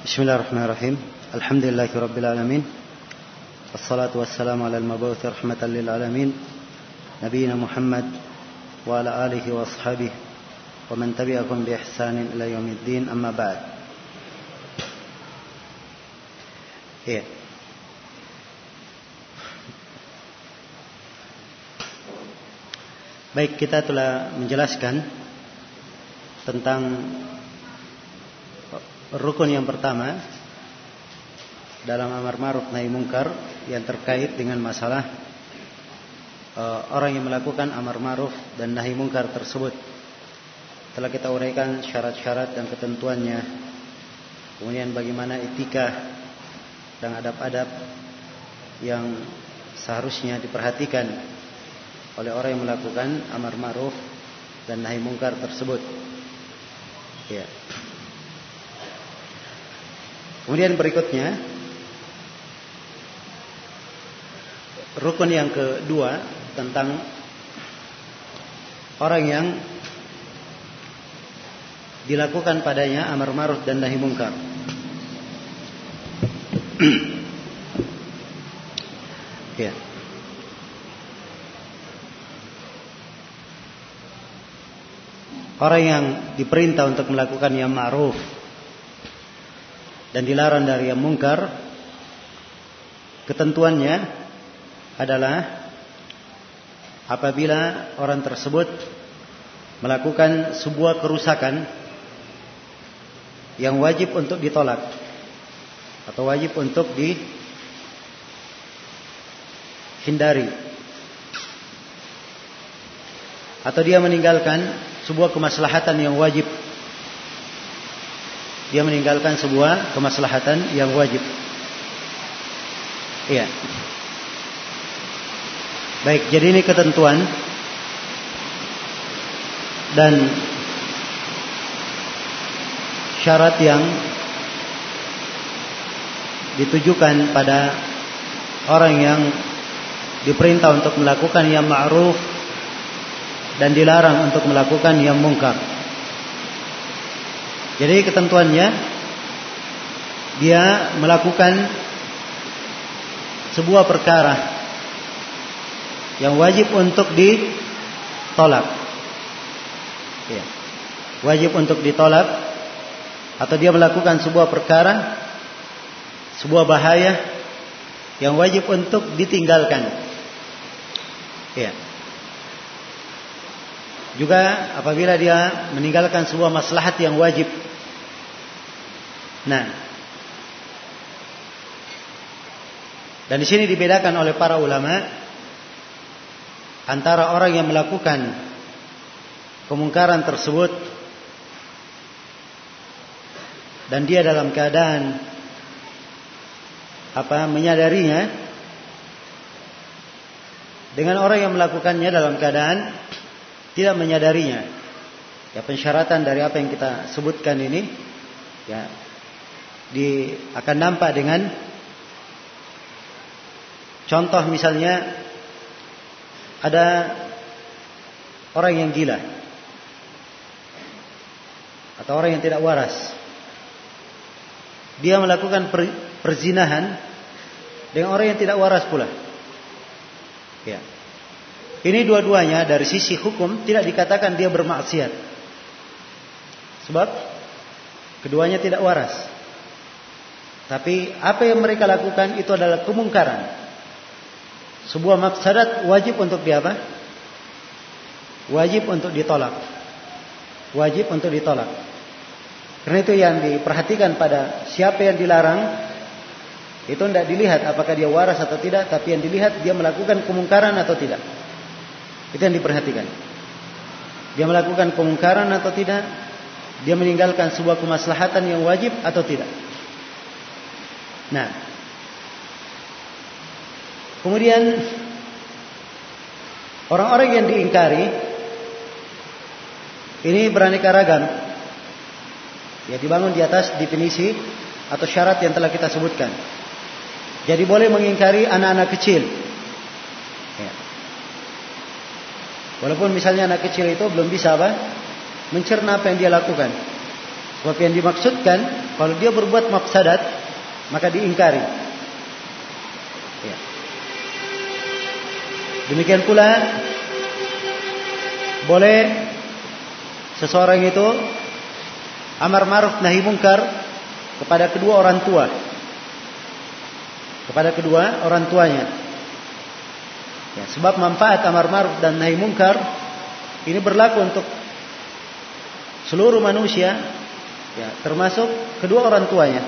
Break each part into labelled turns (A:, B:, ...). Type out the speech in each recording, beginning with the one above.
A: Bismillahirrahmanirrahim. Alhamdulillahirabbil alamin. Wassalatu wassalamu ala al-mab'uts rahmatan lil alamin. Nabiyina Muhammad wa ala alihi wa ashabihi wa man tabi'ahum bi ihsanin ila yaumiddin. Amma ba'd. Ya. Baik, kita telah menjelaskan tentang rukun yang pertama dalam amar ma'ruf nahi munkar yang terkait dengan masalah orang yang melakukan amar ma'ruf dan nahi munkar tersebut. Telah kita uraikan syarat-syarat dan ketentuannya, kemudian bagaimana etika dan adab-adab yang seharusnya diperhatikan oleh orang yang melakukan amar ma'ruf dan nahi munkar tersebut. Ya. Kemudian berikutnya rukun yang kedua tentang orang yang dilakukan padanya amar ma'ruf dan nahi munkar. Ya. Orang yang diperintah untuk melakukan yang ma'ruf dan dilarang dari yang munkar, ketentuannya adalah apabila orang tersebut melakukan sebuah kerusakan yang wajib untuk ditolak atau wajib untuk dihindari, atau dia meninggalkan sebuah kemaslahatan yang wajib. Dia meninggalkan sebuah kemaslahatan yang wajib. Iya. Baik, jadi ini ketentuan dan syarat yang ditujukan pada orang yang diperintah untuk melakukan yang ma'ruf dan dilarang untuk melakukan yang munkar. Jadi ketentuannya, dia melakukan sebuah perkara yang wajib untuk ditolak. Ya. Wajib untuk ditolak, atau dia melakukan sebuah perkara, sebuah bahaya yang wajib untuk ditinggalkan. Ya. Juga apabila dia meninggalkan sebuah maslahat yang wajib. Nah, dan di sini dibedakan oleh para ulama antara orang yang melakukan kemungkaran tersebut dan dia dalam keadaan menyadarinya, dengan orang yang melakukannya dalam keadaan tidak menyadarinya. Ya, pensyaratan dari apa yang kita sebutkan ini ya akan nampak dengan contoh, misalnya ada orang yang gila atau orang yang tidak waras. Dia melakukan perzinahan dengan orang yang tidak waras pula. Ya. Ini dua-duanya dari sisi hukum tidak dikatakan dia bermaksiat, sebab keduanya tidak waras. Tapi apa yang mereka lakukan itu adalah kemungkaran, sebuah mafsadat wajib untuk wajib untuk ditolak. Wajib untuk ditolak. Karena itu yang diperhatikan pada siapa yang dilarang, itu tidak dilihat apakah dia waras atau tidak, tapi yang dilihat dia melakukan kemungkaran atau tidak. Itu yang diperhatikan. Dia melakukan kemungkaran atau tidak, dia meninggalkan sebuah kemaslahatan yang wajib atau tidak. Nah, kemudian orang-orang yang diingkari ini beraneka ragam. Ya, dibangun di atas definisi atau syarat yang telah kita sebutkan. Jadi boleh mengingkari anak-anak kecil. Ya. Walaupun misalnya anak kecil itu belum bisa mencerna apa yang dia lakukan. Sebab yang dimaksudkan kalau dia berbuat mafsadat maka diingkari. Ya. Demikian pula boleh seseorang itu amar ma'ruf nahi munkar kepada kedua orang tua. Kepada kedua orang tuanya. Ya, sebab manfaat amar ma'ruf dan nahi munkar ini berlaku untuk seluruh manusia, ya, termasuk kedua orang tuanya.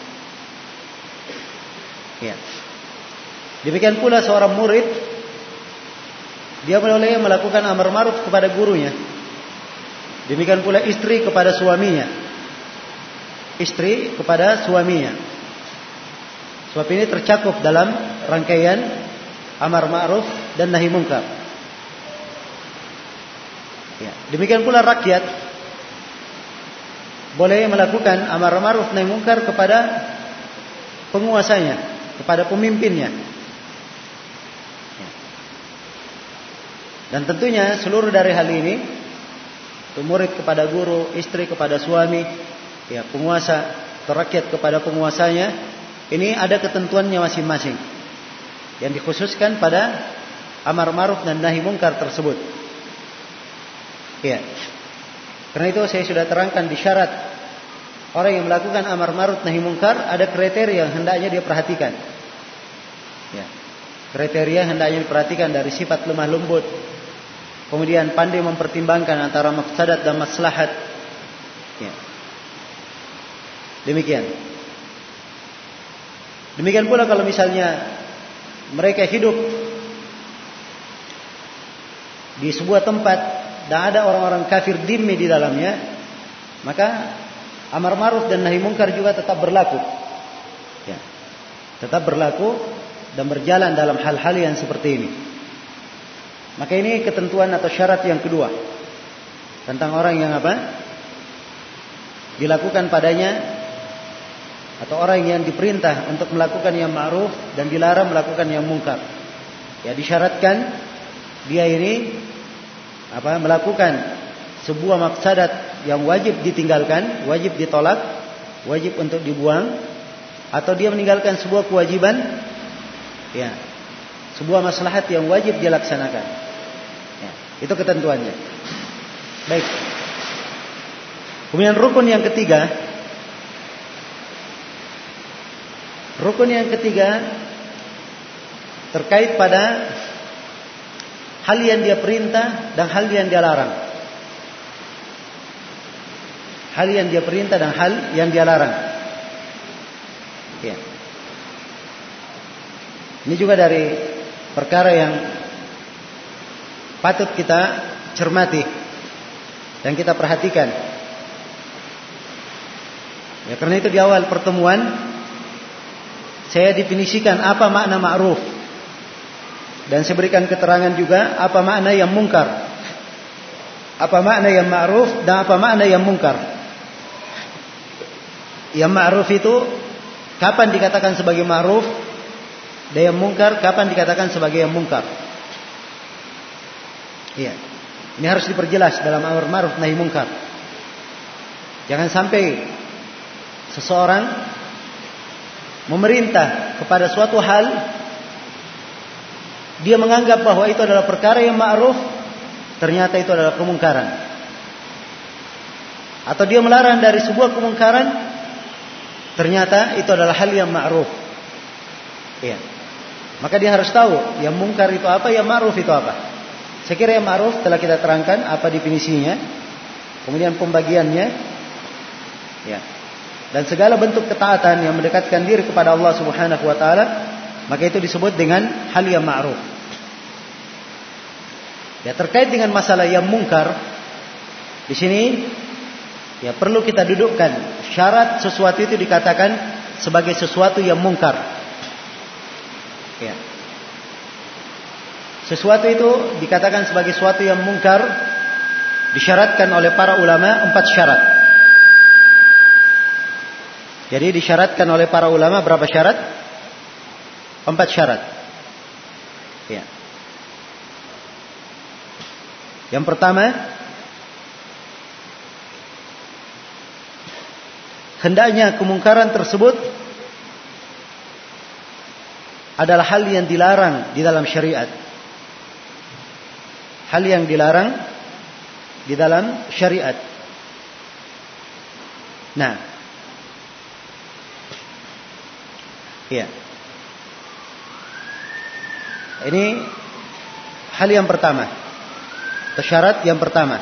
A: Ya. Demikian pula seorang murid, dia boleh melakukan amar ma'ruf kepada gurunya. Demikian pula istri kepada suaminya. Istri kepada suaminya. Sebab ini tercakup dalam rangkaian amar ma'ruf dan nahi munkar. Ya. Demikian pula rakyat boleh melakukan amar ma'ruf nahi munkar kepada penguasanya, kepada pemimpinnya. Ya. Dan tentunya seluruh dari hal ini, murid kepada guru, istri kepada suami, ya, penguasa atau rakyat kepada penguasanya, ini ada ketentuannya masing-masing yang dikhususkan pada amar ma'ruf dan nahi munkar tersebut. Ya. Karena itu saya sudah terangkan di syarat orang yang melakukan amar ma'ruf nahi munkar ada kriteria yang hendaknya dia perhatikan. Ya. Kriteria hendaknya diperhatikan dari sifat lemah lembut, kemudian pandai mempertimbangkan antara mafsadat dan maslahat. Ya. Demikian pula kalau misalnya mereka hidup di sebuah tempat dan ada orang-orang kafir dhimmi di dalamnya, maka amar ma'ruf dan nahi munkar juga tetap berlaku. Ya. Tetap berlaku dan berjalan dalam hal-hal yang seperti ini. Maka ini ketentuan atau syarat yang kedua tentang orang yang dilakukan padanya atau orang yang diperintah untuk melakukan yang ma'ruf dan dilarang melakukan yang munkar. Ya, disyaratkan dia ini melakukan sebuah mafsadat yang wajib ditinggalkan, wajib ditolak, wajib untuk dibuang, atau dia meninggalkan sebuah kewajiban, ya, sebuah maslahat yang wajib dia laksanakan. Ya, itu ketentuannya. Baik. Kemudian rukun yang ketiga. Rukun yang ketiga terkait pada hal yang dia perintah dan hal yang dia larang. Hal yang dia perintah dan hal yang dia larang. Ya. Ini juga dari perkara yang patut kita cermati dan kita perhatikan. Ya, karena itu di awal pertemuan saya definisikan apa makna ma'ruf dan saya berikan keterangan juga apa makna yang munkar. Apa makna yang ma'ruf dan apa makna yang munkar. Yang ma'ruf itu kapan dikatakan sebagai ma'ruf, dan yang munkar kapan dikatakan sebagai yang munkar. Iya. Ini harus diperjelas dalam amar ma'ruf nahi munkar. Jangan sampai seseorang memerintah kepada suatu hal, dia menganggap bahwa itu adalah perkara yang ma'ruf, ternyata itu adalah kemungkaran. Atau dia melarang dari sebuah kemungkaran, ternyata itu adalah hal yang ma'ruf. Iya. Maka dia harus tahu yang mungkar itu apa, yang ma'ruf itu apa. Saya kira yang ma'ruf telah kita terangkan apa definisinya, kemudian pembagiannya, ya. Dan segala bentuk ketaatan yang mendekatkan diri kepada Allah Subhanahu wa taala, maka itu disebut dengan hal yang ma'ruf. Ya, terkait dengan masalah yang mungkar, di sini ya perlu kita dudukkan syarat sesuatu itu dikatakan sebagai sesuatu yang mungkar. Ya. Sesuatu itu dikatakan sebagai sesuatu yang mungkar disyaratkan oleh para ulama 4 syarat. Jadi disyaratkan oleh para ulama berapa syarat? 4 syarat. Ya. Yang pertama, hendaknya kemungkaran tersebut adalah hal yang dilarang di dalam syariat. Hal yang dilarang di dalam syariat. Nah, ya. Ini hal yang pertama. Syarat yang pertama.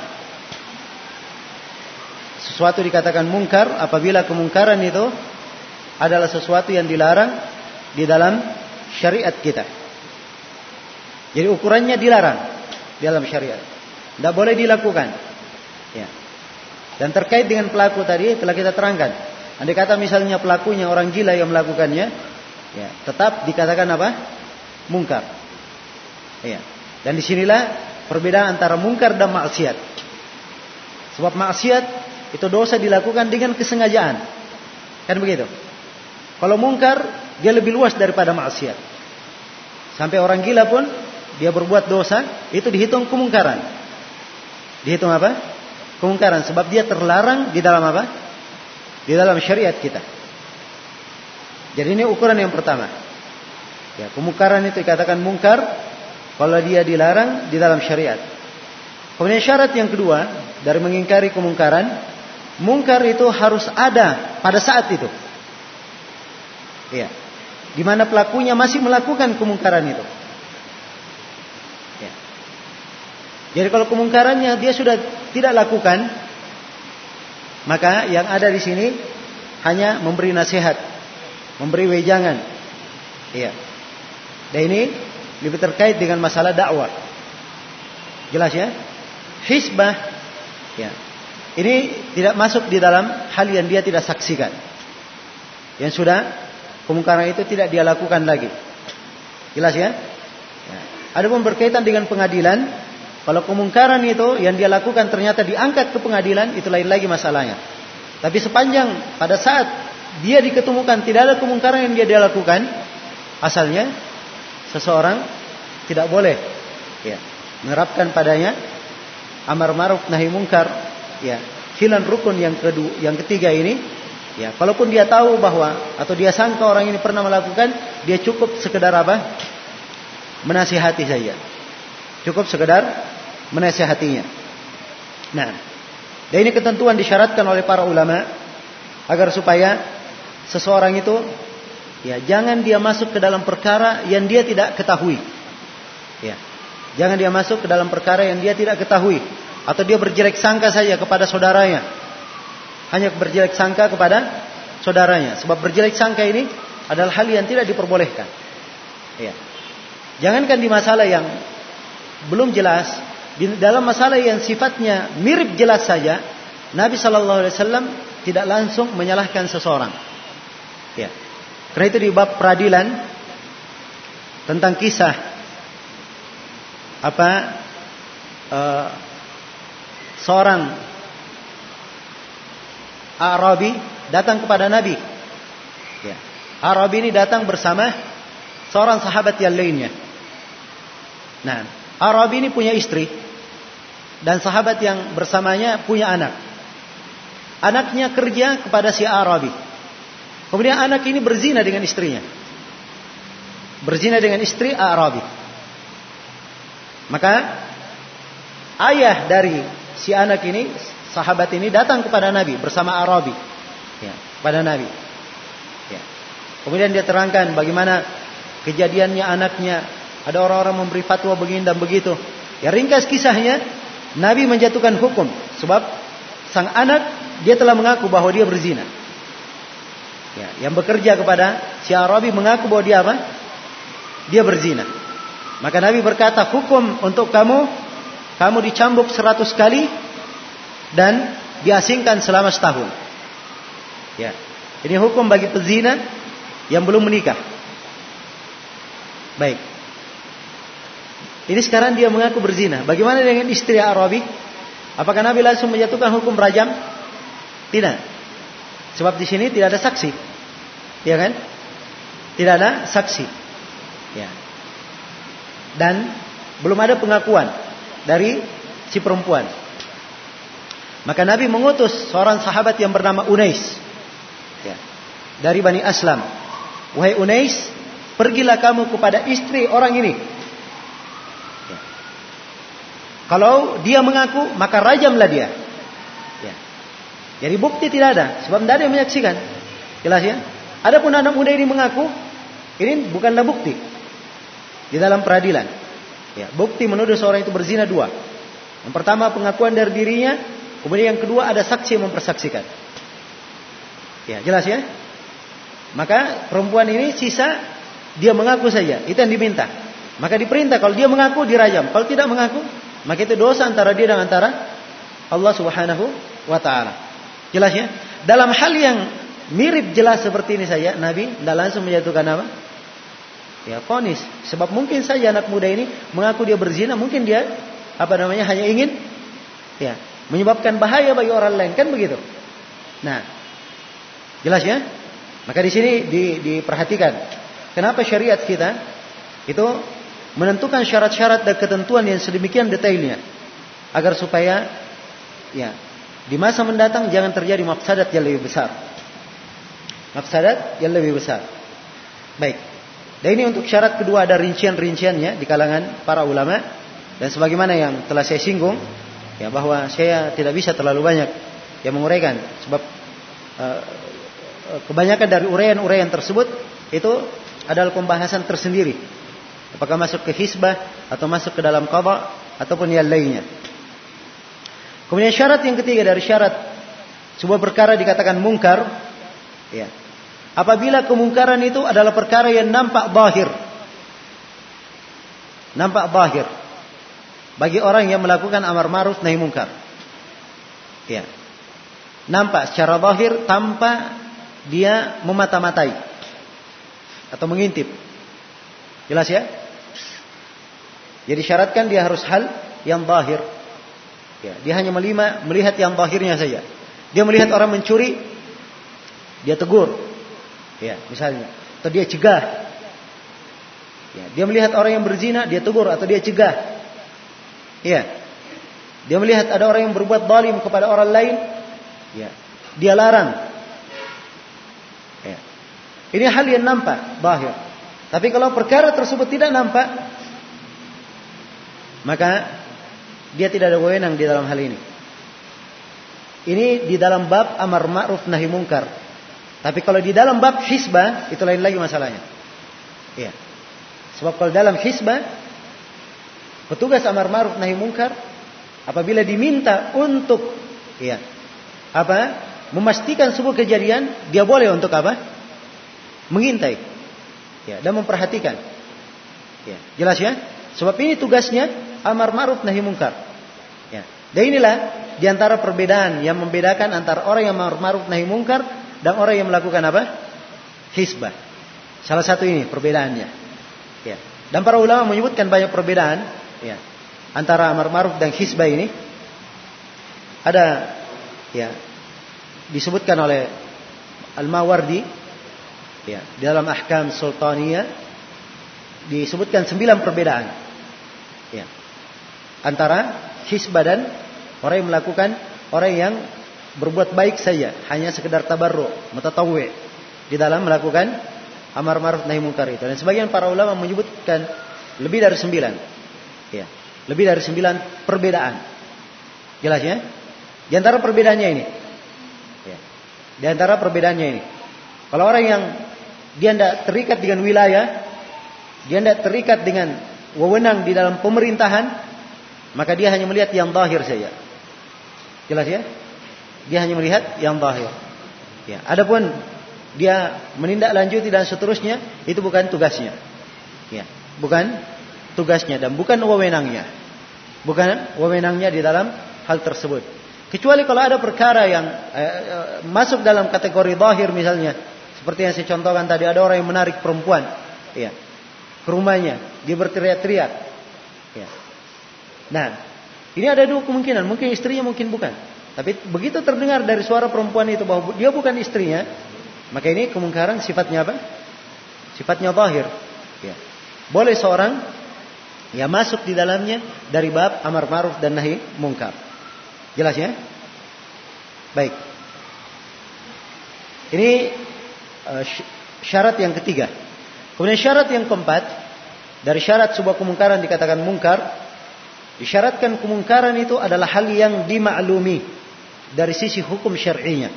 A: Sesuatu dikatakan mungkar apabila kemungkaran itu adalah sesuatu yang dilarang di dalam syariat kita. Jadi ukurannya dilarang di dalam syariat. Tidak boleh dilakukan. Ya. Dan terkait dengan pelaku tadi telah kita terangkan. Andai kata misalnya pelakunya orang gila yang melakukannya, ya, tetap dikatakan apa? Mungkar. Ya. Dan disinilah perbedaan antara mungkar dan maksiat. Sebab maksiat itu dosa dilakukan dengan kesengajaan. Kan begitu? Kalau mungkar dia lebih luas daripada maksiat. Sampai orang gila pun dia berbuat dosa, itu dihitung kemungkaran. Dihitung apa? Kemungkaran. Sebab dia terlarang di dalam apa? Di dalam syariat kita. Jadi ini ukuran yang pertama. Ya, kemungkaran itu dikatakan mungkar kalau dia dilarang di dalam syariat. Kemudian syarat yang kedua dari mengingkari kemungkaran, mungkar itu harus ada pada saat itu. Ya. Di mana pelakunya masih melakukan kemungkaran itu. Ya. Jadi kalau kemungkarannya dia sudah tidak lakukan, maka yang ada di sini hanya memberi nasihat, memberi wejangan. Iya. Dan ini lebih terkait dengan masalah dakwah. Jelas ya? Hisbah, ya. Ini tidak masuk di dalam hal yang dia tidak saksikan. Yang sudah kemungkaran itu tidak dia lakukan lagi. Jelas ya? Ya. Adapun berkaitan dengan pengadilan, kalau kemungkaran itu yang dia lakukan ternyata diangkat ke pengadilan, itu lain lagi masalahnya. Tapi sepanjang pada saat dia diketemukan tidak ada kemungkaran yang dia lakukan, asalnya seseorang tidak boleh ya, menerapkan padanya amar ma'ruf nahi mungkar, ya, hilan rukun yang ketiga ini. Ya, kalaupun dia tahu bahwa atau dia sangka orang ini pernah melakukan, dia cukup sekedar apa? Menasihati saja. Cukup sekedar menasihatinya. Nah, dan ini ketentuan disyaratkan oleh para ulama agar supaya seseorang itu ya jangan dia masuk ke dalam perkara yang dia tidak ketahui. Ya. Jangan dia masuk ke dalam perkara yang dia tidak ketahui atau dia berjelek sangka saja kepada saudaranya. Hanya berjelek sangka kepada saudaranya. Sebab berjelek sangka ini adalah hal yang tidak diperbolehkan. Ya. Jangankan di masalah yang belum jelas, di dalam masalah yang sifatnya mirip jelas saja, Nabi SAW tidak langsung menyalahkan seseorang. Ya. Karena itu di bab peradilan tentang kisah seorang Arabi datang kepada Nabi. Ya. Arabi ini datang bersama seorang sahabat yang lainnya. Nah, Arabi ini punya istri dan sahabat yang bersamanya punya anak. Anaknya kerja kepada si Arabi. Kemudian anak ini berzina dengan istrinya. Berzina dengan istri Arabi. Maka ayah dari si anak ini, sahabat ini datang kepada Nabi bersama Arabi, ya, kepada Nabi. Ya. Kemudian dia terangkan bagaimana kejadiannya anaknya. Ada orang-orang memberi fatwa begini dan begitu. Ya, ringkas kisahnya, Nabi menjatuhkan hukum sebab sang anak dia telah mengaku bahwa dia berzina. Ya, yang bekerja kepada si Arabi mengaku bahwa dia apa? Dia berzina. Maka Nabi berkata, hukum untuk kamu dicambuk 100 kali. Dan diasingkan selama setahun. Ya, ini hukum bagi pezina yang belum menikah. Baik. Ini sekarang dia mengaku berzina. Bagaimana dengan istri Arabi? Apakah Nabi langsung menjatuhkan hukum rajam? Tidak. Sebab di sini tidak ada saksi. Ya kan? Tidak ada saksi. Ya. Dan belum ada pengakuan dari si perempuan. Maka Nabi mengutus seorang sahabat yang bernama Unais. dari Bani Aslam, wahai Unais, pergilah kamu kepada istri orang ini. Ya. Kalau dia mengaku, maka rajamlah dia. Ya. Jadi bukti tidak ada, sebab tidak ada yang menyaksikan. Jelas ya? Adapun anak muda ini mengaku, ini bukanlah bukti di dalam peradilan. Ya, bukti menuduh seorang itu berzina dua. Yang pertama pengakuan dari dirinya, kemudian yang kedua ada saksi yang mempersaksikan. Ya, jelas ya? Maka perempuan ini sisa dia mengaku saja, itu yang diminta. Maka diperintah kalau dia mengaku dirajam, kalau tidak mengaku maka itu dosa antara dia dan antara Allah Subhanahu wa taala. Jelas ya? Dalam hal yang mirip jelas seperti ini saja, Nabi tidak langsung menjatuhkan apa? Ya, vonis. Sebab mungkin saja anak muda ini mengaku dia berzina, mungkin dia hanya ingin ya, menyebabkan bahaya bagi orang lain, kan begitu. Nah, jelas ya? Maka di sini diperhatikan kenapa syariat kita itu menentukan syarat-syarat dan ketentuan yang sedemikian detailnya agar supaya ya di masa mendatang jangan terjadi mafsadat yang lebih besar. Mafsadat yang lebih besar. Baik. Dan ini untuk syarat kedua, ada rincian-rinciannya di kalangan para ulama, dan sebagaimana yang telah saya singgung ya, bahwa saya tidak bisa terlalu banyak yang menguraikan sebab kebanyakan dari uraian-uraian tersebut itu adalah pembahasan tersendiri. Apakah masuk ke hisbah atau masuk ke dalam qada ataupun yang lainnya. Kemudian syarat yang ketiga dari syarat sebuah perkara dikatakan mungkar, ya, apabila kemungkaran itu adalah perkara yang nampak zahir. Nampak zahir bagi orang yang melakukan amar ma'ruf nahi munkar. Ya. Nampak secara zahir tanpa dia memata-matai atau mengintip. Jelas ya? Jadi syaratkan dia harus hal yang zahir. Ya, dia hanya melihat yang zahirnya saja. Dia melihat orang mencuri, dia tegur. Ya, misalnya, atau dia cegah. Ya, dia melihat orang yang berzina, dia tegur atau dia cegah. Ya. Dia melihat ada orang yang berbuat zalim kepada orang lain, ya, dia larang. Ya. Ini hal yang nampak, zahir. Tapi kalau perkara tersebut tidak nampak, maka dia tidak ada wewenang di dalam hal ini. Ini di dalam bab amar ma'ruf nahi munkar. Tapi kalau di dalam bab hisbah, itu lain lagi masalahnya. Ya. Sebab kalau dalam hisbah, petugas amar ma'ruf nahi munkar apabila diminta untuk ya, memastikan sebuah kejadian, dia boleh untuk mengintai. Ya, dan memperhatikan. Ya, jelas ya? Sebab ini tugasnya amar ma'ruf nahi munkar. Ya. Dan inilah di antara perbedaan yang membedakan antara orang yang amar ma'ruf nahi munkar dan orang yang melakukan hisbah. Salah satu ini perbedaannya. Ya. Dan para ulama menyebutkan banyak perbedaan ya, antara amar ma'ruf dan hisbah ini. Ada ya, disebutkan oleh Al-Mawardi ya, di dalam Ahkam Sultaniyah disebutkan 9 perbedaan ya, antara hisbah dan orang yang melakukan, orang yang berbuat baik saja, hanya sekedar tabarru, mutatawwi di dalam melakukan amar ma'ruf nahi munkar itu. Dan sebagian para ulama menyebutkan lebih dari 9 ya, lebih dari 9 perbedaan. Jelas ya? Di antara perbedaannya ini ya, di antara perbedaannya ini, kalau orang yang dia tidak terikat dengan wilayah, dia tidak terikat dengan wewenang di dalam pemerintahan, maka dia hanya melihat yang zahir saja. Jelas ya? Dia hanya melihat yang zahir. Ya, adapun dia menindaklanjuti dan seterusnya, itu bukan tugasnya. Ya, bukan tugasnya dan bukan wewenangnya. Bukan wewenangnya di dalam hal tersebut. Kecuali kalau ada perkara yang masuk dalam kategori zahir misalnya, seperti yang saya contohkan tadi, ada orang yang menarik perempuan ya, ke rumahnya, dia berteriak-teriak ya. Nah, ini ada dua kemungkinan, mungkin istrinya, mungkin bukan. Tapi begitu terdengar dari suara perempuan itu bahwa dia bukan istrinya, maka ini kemungkaran sifatnya apa? Sifatnya zahir ya. Boleh seorang ya masuk di dalamnya dari bab amar ma'ruf dan nahi munkar. Jelas ya? Baik. Ini syarat yang ketiga. Kemudian syarat yang keempat, dari syarat sebuah kemungkaran dikatakan mungkar, disyaratkan kemungkaran itu adalah hal yang dimaklumi dari sisi hukum syar'inya.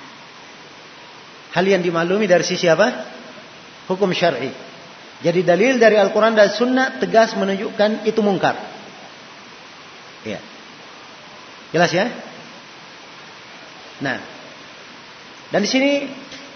A: Hal yang dimaklumi dari sisi apa? Hukum syar'i. Jadi dalil dari Al-Quran dan Sunnah tegas menunjukkan itu mungkar. Ya. Jelas ya? Nah, dan di sini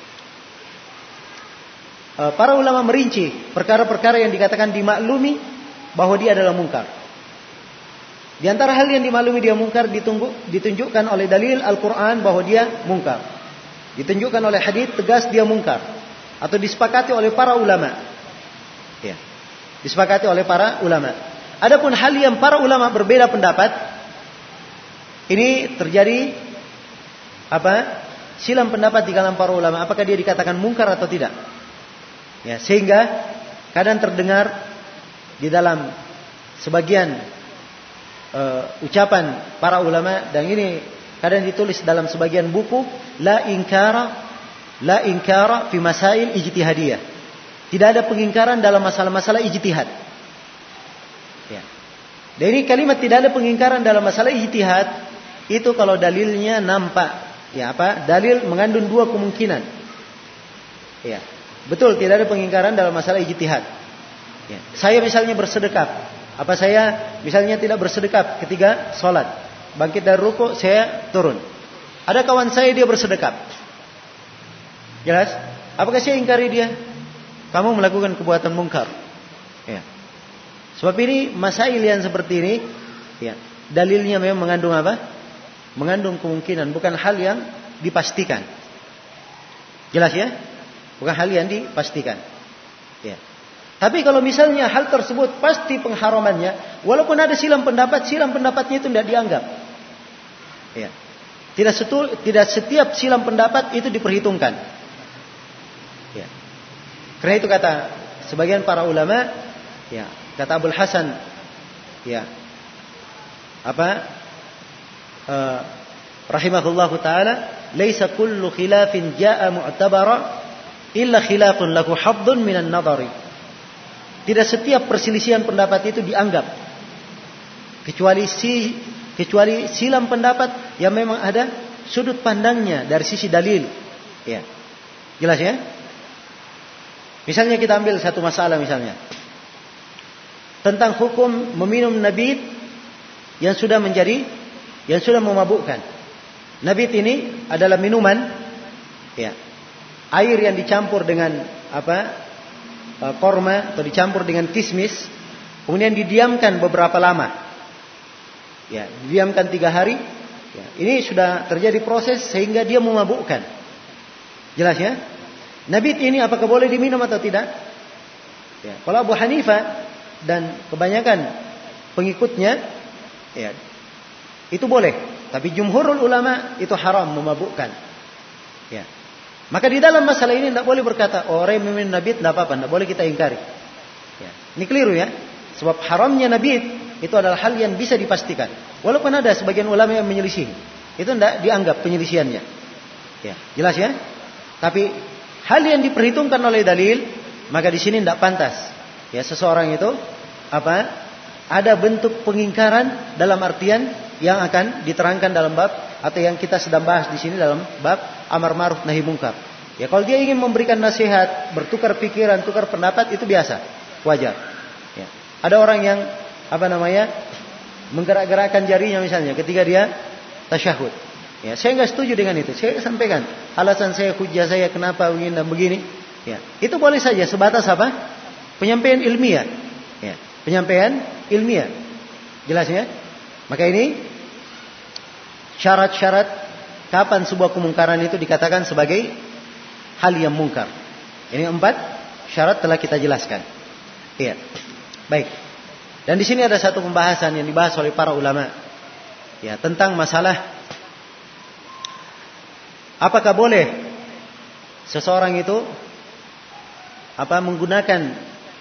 A: para ulama merinci perkara-perkara yang dikatakan dimaklumi bahwa dia adalah mungkar. Di antara hal yang dimaklumi dia mungkar ditunjukkan oleh dalil Al-Quran bahwa dia mungkar. Ditunjukkan oleh hadits tegas dia mungkar. Atau disepakati oleh para ulama. Ya. Disepakati oleh para ulama. Adapun hal yang para ulama berbeda pendapat, ini terjadi silang pendapat di kalangan para ulama, apakah dia dikatakan mungkar atau tidak. Ya, sehingga kadang terdengar di dalam sebagian ucapan para ulama, dan ini kadang ditulis dalam sebagian buku, la inkara fi masail ijtihadiyah. Tidak ada pengingkaran dalam masalah-masalah ijtihad. Ya. Dan ini kalimat tidak ada pengingkaran dalam masalah ijtihad itu kalau dalilnya nampak, ya dalil mengandung dua kemungkinan. Ya. Betul, tidak ada pengingkaran dalam masalah ijtihad. Ya. Saya misalnya bersedekap, saya misalnya tidak bersedekap ketika sholat, bangkit dari ruku saya turun. Ada kawan saya dia bersedekap. Jelas? Apakah saya ingkari dia? Kamu melakukan perbuatan mungkar. Ya. Sebab ini masail yang seperti ini, ya, dalilnya memang mengandung mengandung kemungkinan, bukan hal yang dipastikan. Jelas ya? Bukan hal yang dipastikan. Ya. Tapi kalau misalnya hal tersebut pasti pengharamannya, walaupun ada silang pendapatnya itu tidak dianggap. Ya. Tidak setiap silang pendapat itu diperhitungkan. Ya. Karena itu kata sebagian para ulama, ya, kata Abul Hasan, ya, rahimahullahu taala, laisa kullu khilafin jaa mu'tabara illa khilafun lahu haddun minan nadari. Tidak setiap perselisihan pendapat itu dianggap, kecuali silang pendapat yang memang ada sudut pandangnya dari sisi dalil. Ya. Jelas ya? Misalnya kita ambil satu masalah misalnya tentang hukum meminum nabit yang sudah memabukkan. Nabit ini adalah minuman, ya, air yang dicampur dengan korma atau dicampur dengan kismis, kemudian didiamkan beberapa lama. Ya, didiamkan 3 hari. Ya, ini sudah terjadi proses sehingga dia memabukkan. Jelas ya? Nabit ini apakah boleh diminum atau tidak? Ya, kalau Abu Hanifah dan kebanyakan pengikutnya, ya, itu boleh. Tapi jumhurul ulama itu haram, memabukkan. Ya. Maka di dalam masalah ini tidak boleh berkata, orang yang minum nabit tidak apa-apa, tidak boleh kita ingkari. Ya. Ini keliru ya. Sebab haramnya nabit itu adalah hal yang bisa dipastikan. Walaupun ada sebagian ulama yang menyelisih, itu tidak dianggap penyelisihannya. Ya. Jelas ya. Tapi hal yang diperhitungkan oleh dalil, maka di sini tidak pantas. Ya, seseorang itu ada bentuk pengingkaran dalam artian yang akan diterangkan dalam bab atau yang kita sedang bahas di sini dalam bab amar ma'ruf nahi munkar. Ya, kalau dia ingin memberikan nasihat, bertukar pikiran, tukar pendapat, itu biasa, wajar. Ya. Ada orang yang menggerak-gerakkan jarinya misalnya ketika dia tasyahud. Ya, saya nggak setuju dengan itu. Saya sampaikan alasan saya, hujjah saya kenapa begini dan begini. Ya, itu boleh saja sebatas penyampaian ilmiah. Ya, penyampaian ilmiah. Jelas ya? Maka ini syarat-syarat kapan sebuah kemungkaran itu dikatakan sebagai hal yang mungkar. Ini 4 syarat telah kita jelaskan. Iya. Baik. Dan di sini ada satu pembahasan yang dibahas oleh para ulama. Ya, tentang masalah apakah boleh seseorang itu menggunakan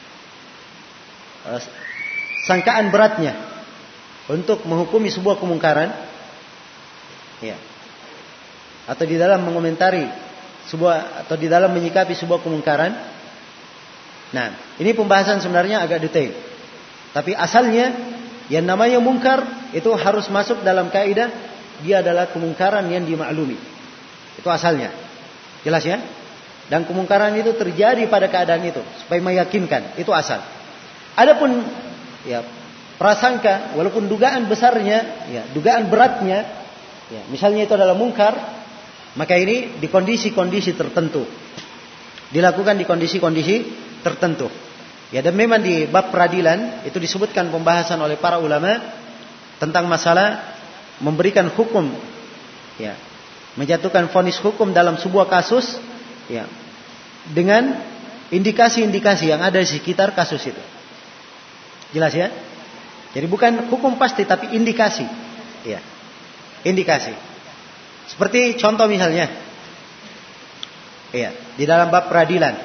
A: sangkaan beratnya untuk menghukumi sebuah kemungkaran, ya, atau di dalam mengomentari sebuah atau di dalam menyikapi sebuah kemungkaran. Nah, ini pembahasan sebenarnya agak detail. Tapi asalnya yang namanya mungkar itu harus masuk dalam kaidah dia adalah kemungkaran yang dimaklumi. Itu asalnya. Jelas ya? Dan kemungkaran itu terjadi pada keadaan itu supaya meyakinkan, itu asal. Adapun ya prasangka, walaupun dugaan besarnya, ya dugaan beratnya, ya misalnya itu adalah mungkar, maka ini di kondisi-kondisi tertentu, dilakukan di kondisi-kondisi tertentu. Ya dan memang di bab peradilan itu disebutkan pembahasan oleh para ulama tentang masalah memberikan hukum, ya menjatuhkan vonis hukum dalam sebuah kasus, ya dengan indikasi-indikasi yang ada di sekitar kasus itu. Jelas ya? Jadi bukan hukum pasti tapi indikasi. Ya. Indikasi. Seperti contoh misalnya. Ya, di dalam bab peradilan.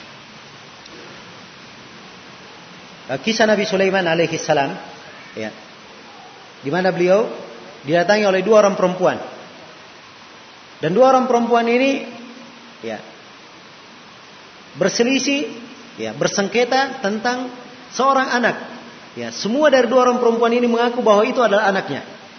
A: Kisah Nabi Sulaiman alaihi salam, ya. Di mana beliau didatangi oleh dua orang perempuan. Dan dua orang perempuan ini ya berselisih, ya bersengketa tentang seorang anak. Ya, semua dari dua orang perempuan ini mengaku bahwa itu adalah anaknya.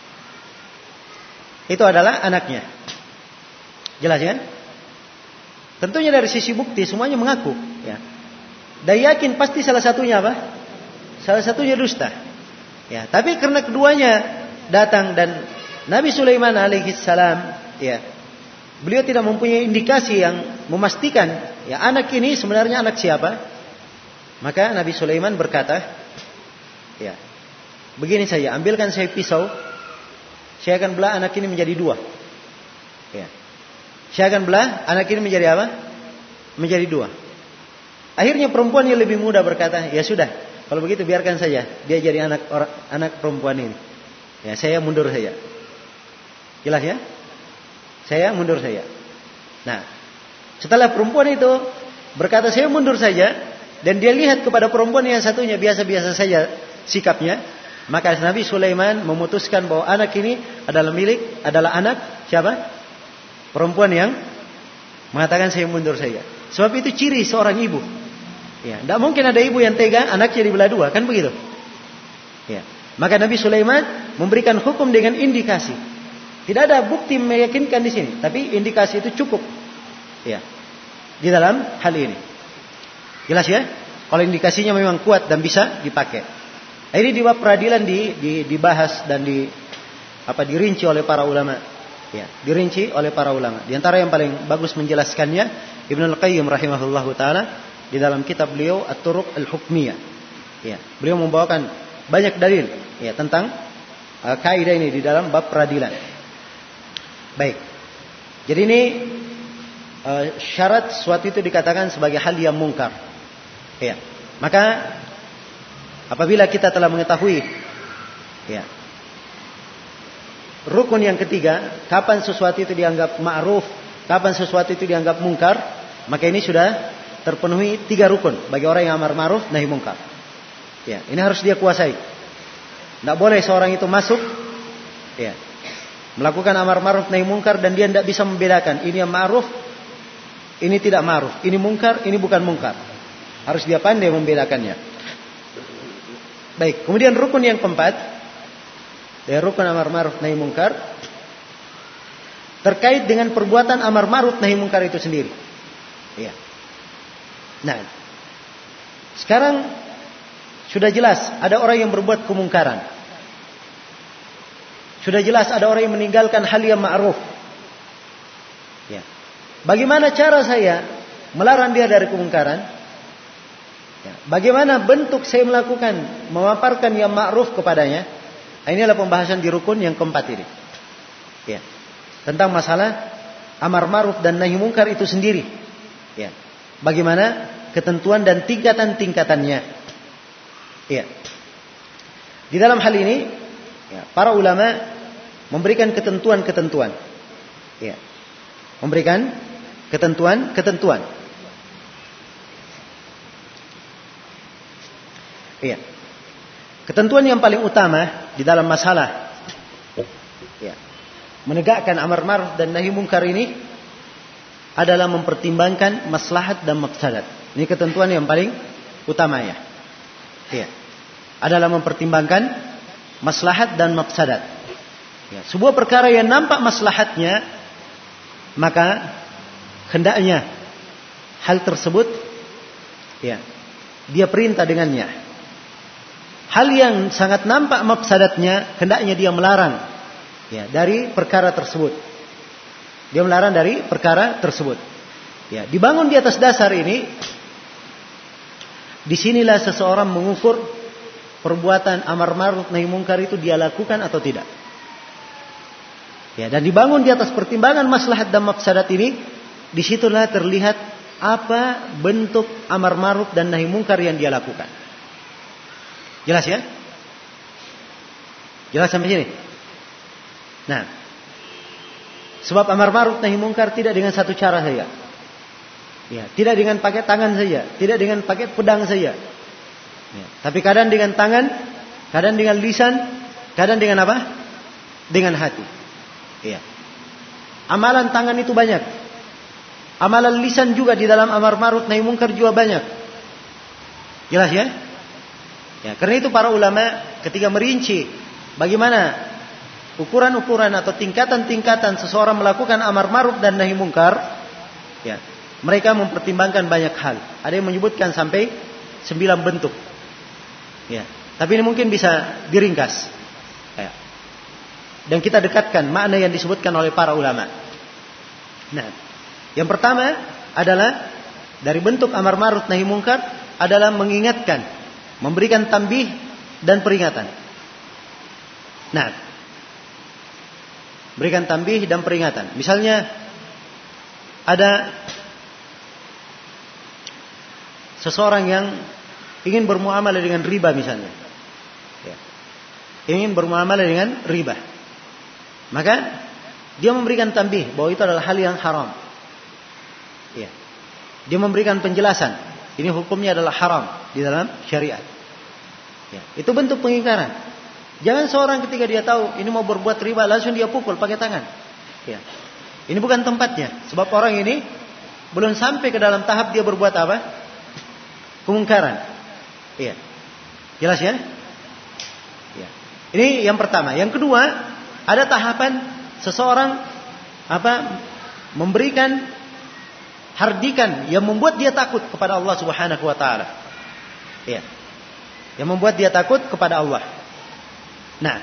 A: Itu adalah anaknya. Jelas ya? Tentunya dari sisi bukti semuanya mengaku, ya. Dan yakin pasti salah satunya apa? Salah satunya dusta. Ya, tapi karena keduanya datang dan Nabi Sulaiman alaihi salam, ya, beliau tidak mempunyai indikasi yang memastikan ya anak ini sebenarnya anak siapa. Maka Nabi Sulaiman berkata, ya, begini saja, ambilkan saya pisau, saya akan belah anak ini menjadi dua. Ya. Saya akan belah anak ini menjadi apa? Menjadi dua. Akhirnya perempuan yang lebih muda berkata, ya sudah, kalau begitu biarkan saja dia jadi anak perempuan ini. Ya, saya mundur saja. Jelas ya? Saya mundur saja. Nah, setelah perempuan itu berkata saya mundur saja, dan dia lihat kepada perempuan yang satunya biasa-biasa saja sikapnya, maka Nabi Sulaiman memutuskan bahwa anak ini adalah anak siapa? Perempuan yang mengatakan saya mundur saja. Sebab itu ciri seorang ibu. Ya, tidak mungkin ada ibu yang tega anaknya dibelah dua, kan begitu? Ya. Maka Nabi Sulaiman memberikan hukum dengan indikasi. Tidak ada bukti meyakinkan di sini, tapi indikasi itu cukup. Ya. Di dalam hal ini. Jelas ya? Kalau indikasinya memang kuat dan bisa dipakai. Ini di bab peradilan dibahas dan dirinci oleh para ulama. Ya, dirinci oleh para ulama. Di antara yang paling bagus menjelaskannya Ibnu Al-Qayyim rahimahullahu taala di dalam kitab beliau At-Turuq Al-Hukmiyah. Ya, beliau membawakan banyak dalil ya tentang kaidah ini di dalam bab peradilan. Baik. Jadi ini syarat sesuatu itu dikatakan sebagai hal yang mungkar. Ya. Maka apabila kita telah mengetahui ya rukun yang ketiga, kapan sesuatu itu dianggap ma'ruf, kapan sesuatu itu dianggap mungkar, maka ini sudah terpenuhi 3 rukun bagi orang yang amar ma'ruf nahi mungkar. Ya, ini harus dia kuasai. Tidak boleh seorang itu masuk ya melakukan amar ma'ruf nahi mungkar dan dia tidak bisa membedakan ini yang ma'ruf, ini tidak ma'ruf, ini mungkar, ini bukan mungkar. Harus dia pandai membedakannya. Baik, kemudian rukun yang keempat, dari rukun amar ma'ruf nahi mungkar, terkait dengan perbuatan amar ma'ruf nahi mungkar itu sendiri. Ya. Nah, sekarang sudah jelas ada orang yang berbuat kemungkaran. Sudah jelas ada orang yang meninggalkan hal yang ma'ruf. Ya. Bagaimana cara saya melarang dia dari kemungkaran? Ya. Bagaimana bentuk saya melakukan memaparkan yang ma'ruf kepadanya? Ini adalah pembahasan di rukun yang keempat ini. Ya. Tentang masalah amar ma'ruf dan nahi mungkar itu sendiri. Ya. Bagaimana ketentuan dan tingkatan-tingkatannya. Ya. Di dalam hal ini ya, para ulama memberikan ketentuan-ketentuan. Ya. Memberikan ketentuan-ketentuan. Iya. Ketentuan yang paling utama di dalam masalah ya, menegakkan amar ma'ruf dan nahi mungkar ini adalah mempertimbangkan maslahat dan mafsadat. Ini ketentuan yang paling utama ya. Iya. Adalah mempertimbangkan maslahat dan mafsadat. Ya, sebuah perkara yang nampak maslahatnya, maka hendaknya hal tersebut ya, dia perintah dengannya. Hal yang sangat nampak mafsadatnya, hendaknya dia melarang ya, dari perkara tersebut. Dia melarang dari perkara tersebut. Ya, dibangun di atas dasar ini, disinilah seseorang mengukur perbuatan amar ma'ruf nahi munkar itu dia lakukan atau tidak. Ya, dan dibangun di atas pertimbangan maslahat dan mafsadat ini, disitulah terlihat apa bentuk amar ma'ruf dan nahi munkar yang dia lakukan. Jelas ya? Jelas sampai sini? Nah, sebab amar ma'ruf nahi munkar tidak dengan satu cara saja. Ya, tidak dengan pakai tangan saja, tidak dengan pakai pedang saja. Ya, tapi kadang dengan tangan, kadang dengan lisan, kadang dengan apa? Dengan hati. Ya. Amalan tangan itu banyak. Amalan lisan juga di dalam amar ma'ruf nahi munkar juga banyak. Jelas ya? Ya, karena itu para ulama ketika merinci bagaimana ukuran-ukuran atau tingkatan-tingkatan seseorang melakukan amar ma'ruf dan nahi munkar, ya, mereka mempertimbangkan banyak hal. Ada yang menyebutkan sampai 9 bentuk. Ya, tapi ini mungkin bisa diringkas. Ya. Dan kita dekatkan makna yang disebutkan oleh para ulama. Nah, yang pertama adalah dari bentuk amar ma'ruf nahi munkar adalah mengingatkan, memberikan tanbih dan peringatan. Nah, berikan tanbih dan peringatan. Misalnya ada seseorang yang ingin bermuamalah dengan riba misalnya. Ya. Ingin bermuamalah dengan riba. Maka dia memberikan tanbih bahwa itu adalah hal yang haram. Ya. Dia memberikan penjelasan. Ini hukumnya adalah haram di dalam syariat. Ya. Itu bentuk pengingkaran. Jangan seorang ketika dia tahu ini mau berbuat riba langsung dia pukul pakai tangan. Ya. Ini bukan tempatnya. Sebab orang ini belum sampai ke dalam tahap dia berbuat apa? Kemungkaran. Iya. Jelas ya? Ya. Ini yang pertama. Yang kedua, ada tahapan seseorang memberikan hardikan yang membuat dia takut kepada Allah Subhanahu wa taala. Iya. Yang membuat dia takut kepada Allah. Nah.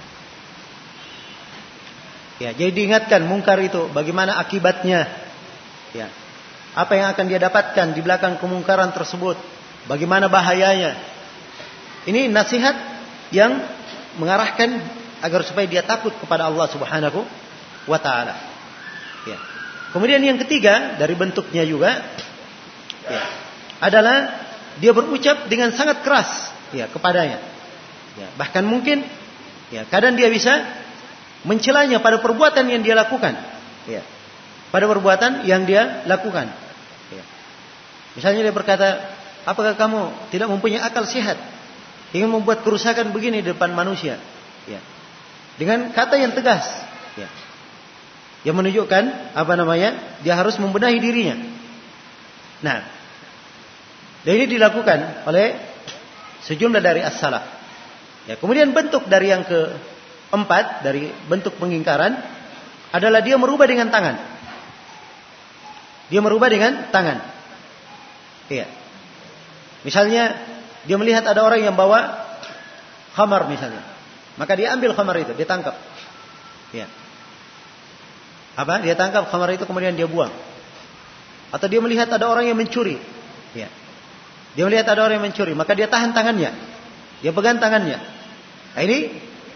A: Ya, jadi diingatkan mungkar itu bagaimana akibatnya. Ya. Apa yang akan dia dapatkan di belakang kemungkaran tersebut? Bagaimana bahayanya? Ini nasihat yang mengarahkan agar supaya dia takut kepada Allah Subhanahu wa taala. Ya. Kemudian yang ketiga dari bentuknya juga ya, adalah dia berucap dengan sangat keras ya kepadanya. Ya, bahkan mungkin ya kadang dia bisa mencelanya pada perbuatan yang dia lakukan. Ya. Pada perbuatan yang dia lakukan. Ya. Misalnya dia berkata, apakah kamu tidak mempunyai akal sehat? Ingin membuat kerusakan begini di depan manusia. Ya. Dengan kata yang tegas. Ya. Yang menunjukkan, dia harus membenahi dirinya. Nah. Dan ini dilakukan oleh sejumlah dari as-salaf. Ya. Kemudian bentuk dari yang keempat, dari bentuk pengingkaran, adalah dia merubah dengan tangan. Dia merubah dengan tangan. Iya. Misalnya dia melihat ada orang yang bawa khamar misalnya. Maka dia ambil khamar itu, dia tangkap. Iya. Dia tangkap khamar itu kemudian dia buang. Atau dia melihat ada orang yang mencuri. Iya. Dia melihat ada orang yang mencuri, maka dia tahan tangannya. Dia pegang tangannya. Nah, ini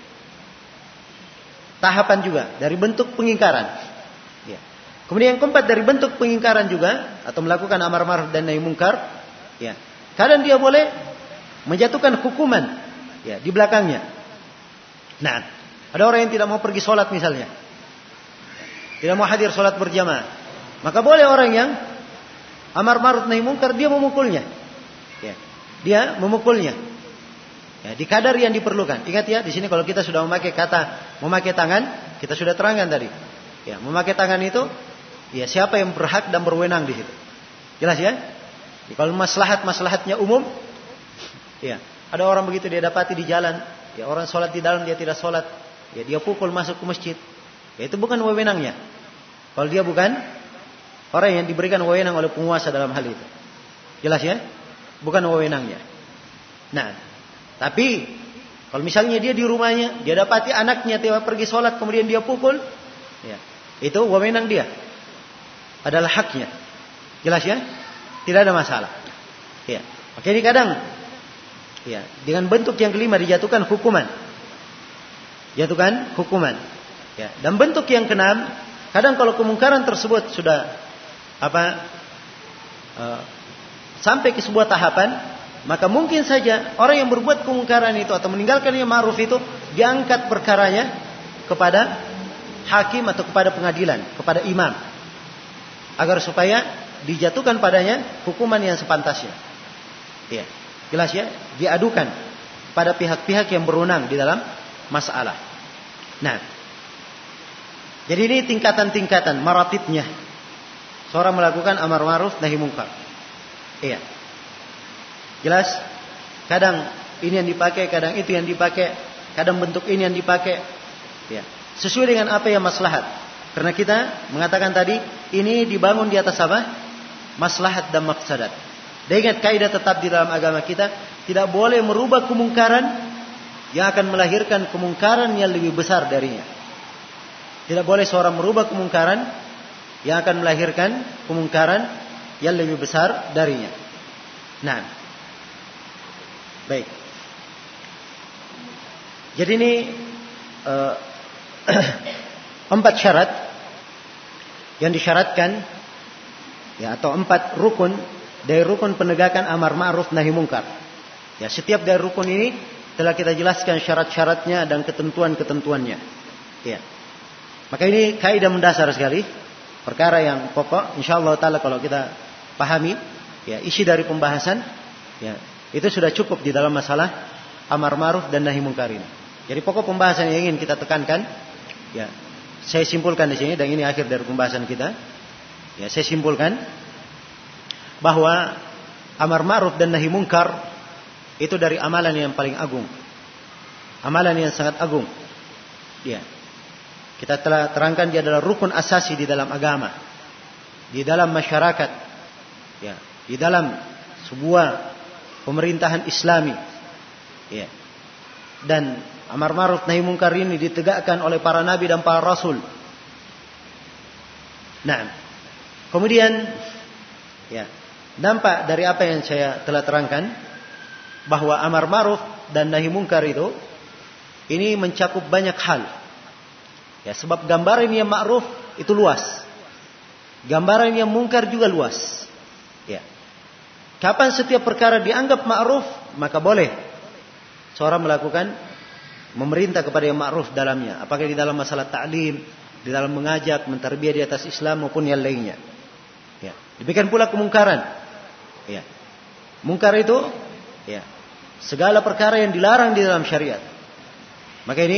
A: tahapan juga dari bentuk pengingkaran. Iya. Kemudian yang keempat dari bentuk pengingkaran juga atau melakukan amar ma'ruf dan nahi munkar, ya. Kadang dia boleh menjatuhkan hukuman ya di belakangnya. Nah, ada orang yang tidak mau pergi sholat misalnya. Tidak mau hadir sholat berjamaah. Maka boleh orang yang amar ma'ruf nahi munkar dia memukulnya. Ya. Dia memukulnya. Ya, di kadar yang diperlukan. Ingat ya, di sini kalau kita sudah memakai tangan, kita sudah terangkan tadi. Ya, memakai tangan itu Ya, siapa yang berhak dan berwenang di situ. Jelas ya? Kalau maslahatnya umum, ya, ada orang begitu dia dapati di jalan, ya orang sholat di dalam dia tidak sholat, ya dia pukul masuk ke masjid, ya itu bukan wewenangnya. Kalau dia bukan orang yang diberikan wewenang oleh penguasa dalam hal itu. Jelas ya? Bukan wewenangnya. Nah, tapi kalau misalnya dia di rumahnya, dia dapati anaknya tiba pergi sholat kemudian dia pukul, ya, itu wewenang dia. Adalah haknya. Jelas ya? Tidak ada masalah. Ya. Maka ini kadang, ya, dengan bentuk yang kelima dijatuhkan hukuman. Jatuhkan hukuman. Ya. Dan bentuk yang keenam, kadang kalau kemungkaran tersebut sudah sampai ke sebuah tahapan, maka mungkin saja orang yang berbuat kemungkaran itu atau meninggalkan yang ma'ruf itu diangkat perkaranya kepada hakim atau kepada pengadilan, kepada imam, agar supaya dijatuhkan padanya hukuman yang sepantasnya. Ya, jelas ya, diadukan pada pihak-pihak yang berwenang di dalam masalah. Nah, jadi ini tingkatan-tingkatan maratibnya seorang melakukan amar ma'ruf nahi munkar. Iya. Jelas? Kadang ini yang dipakai, kadang itu yang dipakai, kadang bentuk ini yang dipakai. Ya. Sesuai dengan apa yang maslahat. Karena kita mengatakan tadi, ini dibangun di atas apa? Maslahat dan maqsadat. Dan ingat kaidah tetap di dalam agama kita, tidak boleh merubah kemungkaran yang akan melahirkan kemungkaran yang lebih besar darinya. Tidak boleh seorang merubah kemungkaran yang akan melahirkan kemungkaran yang lebih besar darinya. Nah, baik. Jadi ini 4 syarat yang disyaratkan, ya, atau 4 rukun dari rukun penegakan amar ma'ruf nahi munkar. Ya, setiap dari rukun ini telah kita jelaskan syarat-syaratnya dan ketentuan-ketentuannya. Ya. Maka ini kaidah mendasar sekali, perkara yang pokok. Insyaallah taala kalau kita pahami, ya, isi dari pembahasan, ya, itu sudah cukup di dalam masalah amar ma'ruf dan nahi munkar ini. Jadi pokok pembahasan yang ingin kita tekankan, ya, saya simpulkan di sini dan ini akhir dari pembahasan kita. Ya, saya simpulkan bahwa amar ma'ruf dan nahi munkar itu dari amalan yang paling agung. Amalan yang sangat agung. Ya. Kita telah terangkan dia adalah rukun asasi di dalam agama, di dalam masyarakat, ya, di dalam sebuah pemerintahan Islami. Ya. Dan amar ma'ruf nahi munkar ini ditegakkan oleh para nabi dan para rasul. Nah, kemudian, ya, nampak dari apa yang saya telah terangkan bahwa amar ma'ruf dan nahi munkar itu ini mencakup banyak hal. Ya, sebab gambaran yang ma'ruf itu luas. Gambaran yang munkar juga luas. Ya. Kapan setiap perkara dianggap ma'ruf, maka boleh seorang melakukan memerintah kepada yang ma'ruf dalamnya. Apakah di dalam masalah ta'lim, di dalam mengajak, menterbiah di atas Islam maupun yang lainnya. Ya. Demikian pula kemungkaran. Ya. Mungkar itu, ya, segala perkara yang dilarang di dalam syariat. Maka ini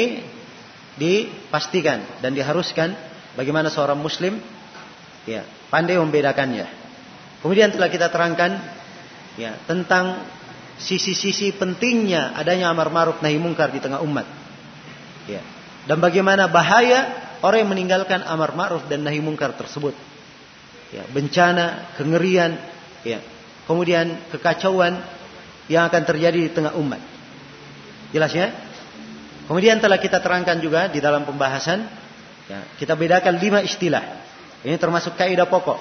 A: dipastikan dan diharuskan bagaimana seorang muslim, ya, pandai membedakannya. Kemudian telah kita terangkan, ya, tentang sisi-sisi pentingnya adanya amar ma'ruf nahi munkar di tengah umat. Ya. Dan bagaimana bahaya orang yang meninggalkan amar ma'ruf dan nahi munkar tersebut. Ya, bencana, kengerian, ya, kemudian kekacauan yang akan terjadi di tengah umat. Jelas ya? Kemudian telah kita terangkan juga di dalam pembahasan, ya, kita bedakan 5 istilah. Ini termasuk kaidah pokok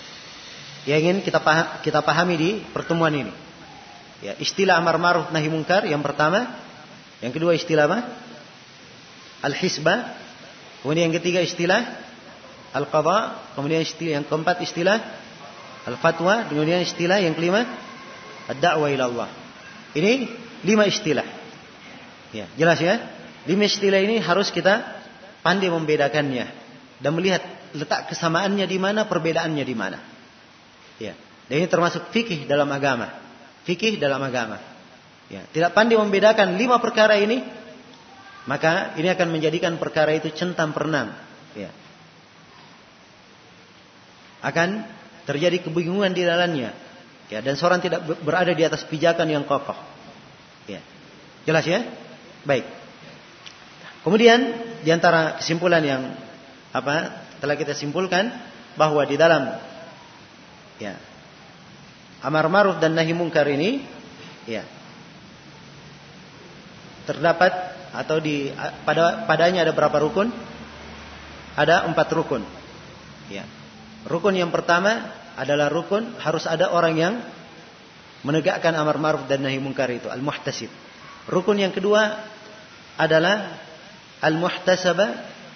A: yang ingin kita pahami di pertemuan ini. Ya, istilah amar ma'ruf nahi munkar yang pertama, yang kedua istilah apa? Al-hisbah. Kemudian yang ketiga istilah al-qadha. Kemudian yang keempat istilah al-fatwa. Kemudian istilah yang kelima ad-da'wah ila Allah. Ini 5 istilah. Ya, jelas ya? 5 istilah ini harus kita pandai membedakannya dan melihat letak kesamaannya di mana, perbedaannya di mana. Ya, dan ini termasuk fikih dalam agama. Fikih dalam agama. Ya, tidak pandai membedakan 5 perkara ini, maka ini akan menjadikan perkara itu centang perenang. Ya. akan terjadi kebingungan di dalamnya. Ya, dan seorang tidak berada di atas pijakan yang kokoh. Ya. Jelas ya? Baik. Kemudian di antara kesimpulan yang telah kita simpulkan bahwa di dalam amar ma'ruf dan nahi munkar ini terdapat atau padanya ada berapa rukun? Ada 4 rukun. Ya. Rukun yang pertama adalah rukun harus ada orang yang menegakkan amar ma'ruf dan nahi munkar itu, al-muhtasib. Rukun yang kedua adalah al-muhtasaba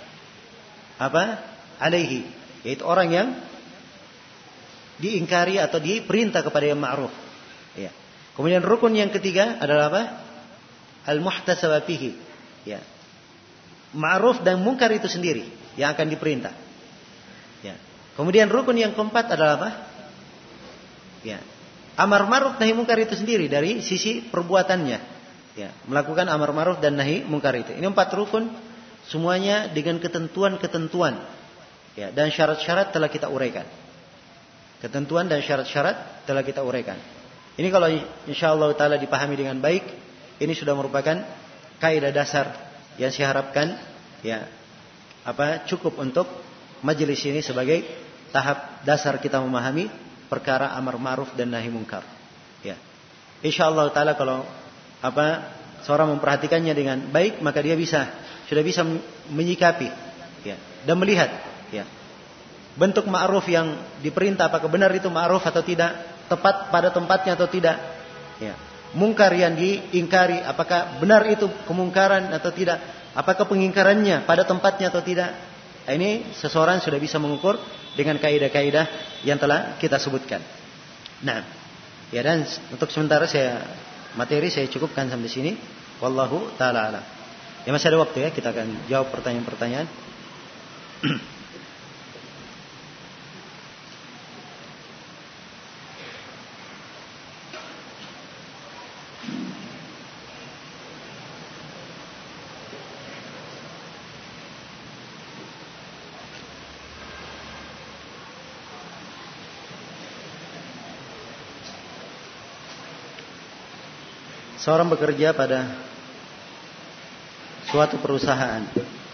A: alaihi, yaitu orang yang diingkari atau diperintah kepada yang ma'ruf. Ya. Kemudian rukun yang ketiga adalah al-muhtasaba fihi. Ya. Ma'ruf dan munkar itu sendiri yang akan diperintah. Ya. Kemudian rukun yang keempat adalah ya. Amar ma'ruf nahi munkar itu sendiri dari sisi perbuatannya. Ya, melakukan amar ma'ruf dan nahi munkar itu. Ini 4 rukun semuanya dengan ketentuan-ketentuan. Ya, dan syarat-syarat telah kita uraikan. Ketentuan dan syarat-syarat telah kita uraikan. Ini kalau insyaallah taala dipahami dengan baik, ini sudah merupakan kaidah dasar yang saya harapkan cukup untuk majelis ini sebagai tahap dasar kita memahami perkara amar ma'ruf dan nahi munkar. Ya. Insyaallah taala kalau seorang memperhatikannya dengan baik, maka dia sudah bisa menyikapi dan melihat bentuk ma'ruf yang diperintah apakah benar itu ma'ruf atau tidak, tepat pada tempatnya atau tidak. Mungkar yang diingkari apakah benar itu kemungkaran atau tidak, apakah pengingkarannya pada tempatnya atau tidak. Ini seseorang sudah bisa mengukur dengan kaidah-kaidah yang telah kita sebutkan. Nah, dan untuk sementara materi saya cukupkan sampai sini. Wallahu ta'ala alam. Ya, masih ada waktu ya, kita akan jawab pertanyaan-pertanyaan. Seorang bekerja pada suatu perusahaan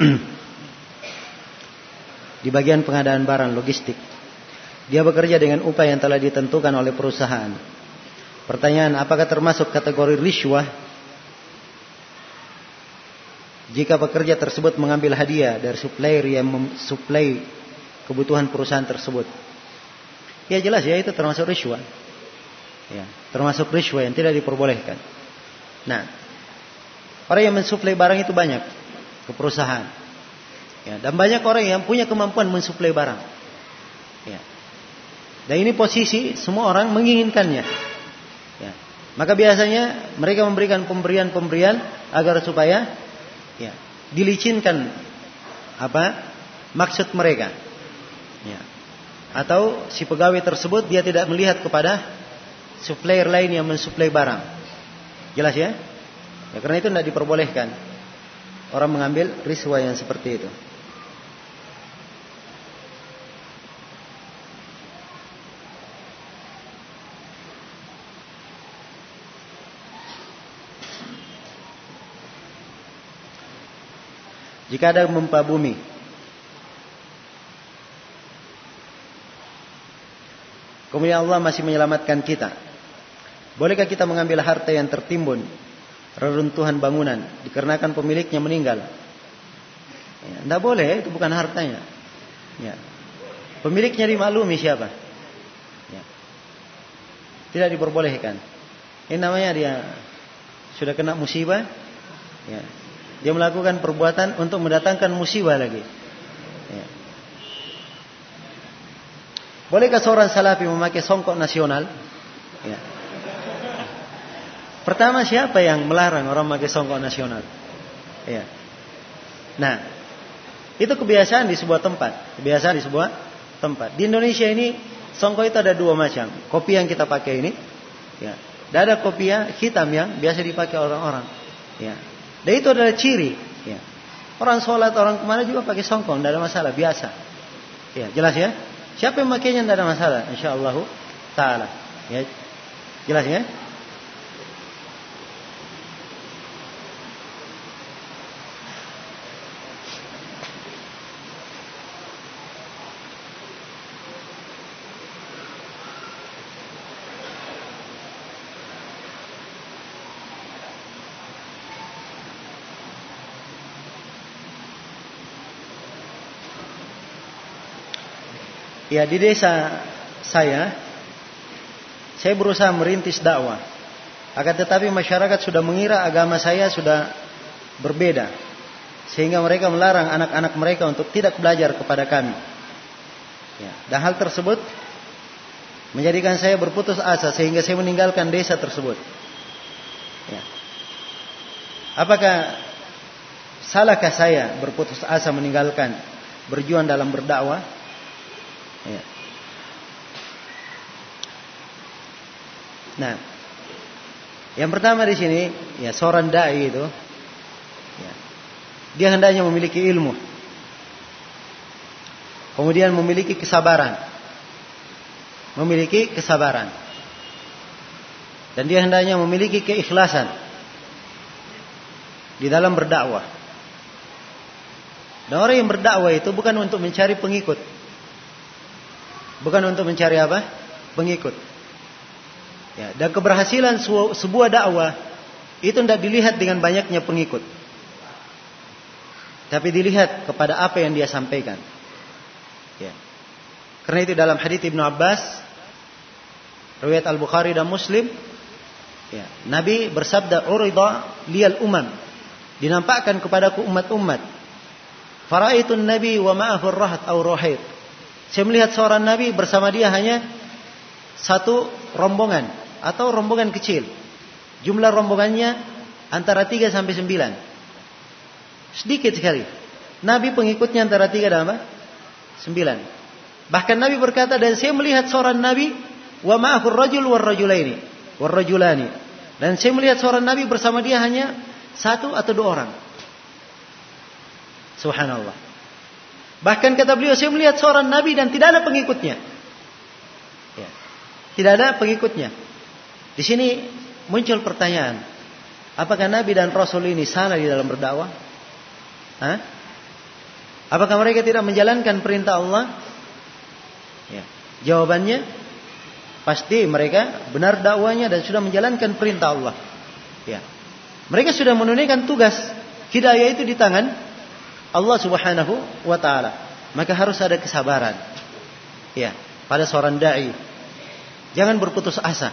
A: di bagian pengadaan barang logistik. Dia bekerja dengan upah yang telah ditentukan oleh perusahaan. Pertanyaan, apakah termasuk kategori riswah jika pekerja tersebut mengambil hadiah dari supplier yang mensuplai kebutuhan perusahaan tersebut? Ya jelas ya, itu termasuk riswah. Ya, termasuk riswah yang tidak diperbolehkan. Nah, orang yang mensuplai barang itu banyak ke perusahaan. Ya, dan banyak orang yang punya kemampuan mensuplai barang. Ya. Dan ini posisi semua orang menginginkannya. Ya. Maka biasanya mereka memberikan pemberian-pemberian agar supaya dilicinkan maksud mereka. Ya. Atau si pegawai tersebut dia tidak melihat kepada supplier lain yang mensuplai barang. Jelas ya? Ya, karena itu tidak diperbolehkan orang mengambil riswah yang seperti itu. Jika ada gempa bumi, kemudian Allah masih menyelamatkan kita, bolehkah kita mengambil harta yang tertimbun reruntuhan bangunan dikarenakan pemiliknya meninggal? Ya, tidak boleh, itu bukan hartanya. Ya. Pemiliknya dimaklumi siapa? Ya. Tidak diperbolehkan. Ini namanya dia sudah kena musibah. Ya. Dia melakukan perbuatan untuk mendatangkan musibah lagi. Ya. Bolehkah seorang salafi memakai songkok nasional? Ya. Pertama, siapa yang melarang orang memakai songkok nasional? Ya. Nah, itu kebiasaan di sebuah tempat. Kebiasaan di sebuah tempat. Di Indonesia ini songkok itu ada 2 macam. Kopi yang kita pakai ini, ya. Dan ada kopi hitam yang biasa dipakai orang-orang. Ya. Dan itu adalah ciri. Ya. Orang sholat, orang kemana juga pakai songkok, tidak ada masalah, biasa. Ya, jelas ya. Siapa yang memakainya tidak ada masalah, insyaallah taala. Ya. Jelas ya? Ya, di desa saya berusaha merintis dakwah. Akan tetapi masyarakat sudah mengira agama saya sudah berbeda, sehingga mereka melarang anak-anak mereka untuk tidak belajar kepada kami. Ya, dan hal tersebut menjadikan saya berputus asa sehingga saya meninggalkan desa tersebut. Ya. Apakah salahkah saya berputus asa meninggalkan berjuang dalam berdakwah? Ya. Nah, yang pertama di sini, ya seorang dai itu, ya, dia hendaknya memiliki ilmu, kemudian memiliki kesabaran, dan dia hendaknya memiliki keikhlasan di dalam berdakwah. Dan orang yang berdakwah itu bukan untuk mencari pengikut. Bukan untuk mencari apa? Pengikut. Ya, dan keberhasilan sebuah dakwah itu tidak dilihat dengan banyaknya pengikut, tapi dilihat kepada apa yang dia sampaikan. Ya. Karena itu dalam hadits Ibnu Abbas, riwayat Al-Bukhari dan Muslim, ya, Nabi bersabda, "Urida liyal umam." Dinampakkan kepadaku umat-umat. Fara'aitun nabi wa ma'ahu rahat aw rahid. Saya melihat seorang nabi bersama dia hanya satu rombongan atau rombongan kecil. Jumlah rombongannya antara 3 sampai 9. Sedikit sekali. Nabi pengikutnya antara 3 dan 9. Bahkan Nabi berkata, dan saya melihat seorang nabi wa ma'ahu rajul warrajulani. Dan saya melihat seorang nabi bersama dia hanya 1 atau 2 orang. Subhanallah. Bahkan kata beliau, saya melihat seorang nabi dan tidak ada pengikutnya. Ya. Tidak ada pengikutnya. Di sini muncul pertanyaan, apakah nabi dan rasul ini salah di dalam berdakwah? Hah? Apakah mereka tidak menjalankan perintah Allah? Ya. Jawabannya, pasti mereka benar dakwanya dan sudah menjalankan perintah Allah. Ya. Mereka sudah menunaikan tugas. Hidayah itu di tangan Allah Subhanahu wa ta'ala. Maka harus ada kesabaran, ya, pada seorang dai. Jangan berputus asa.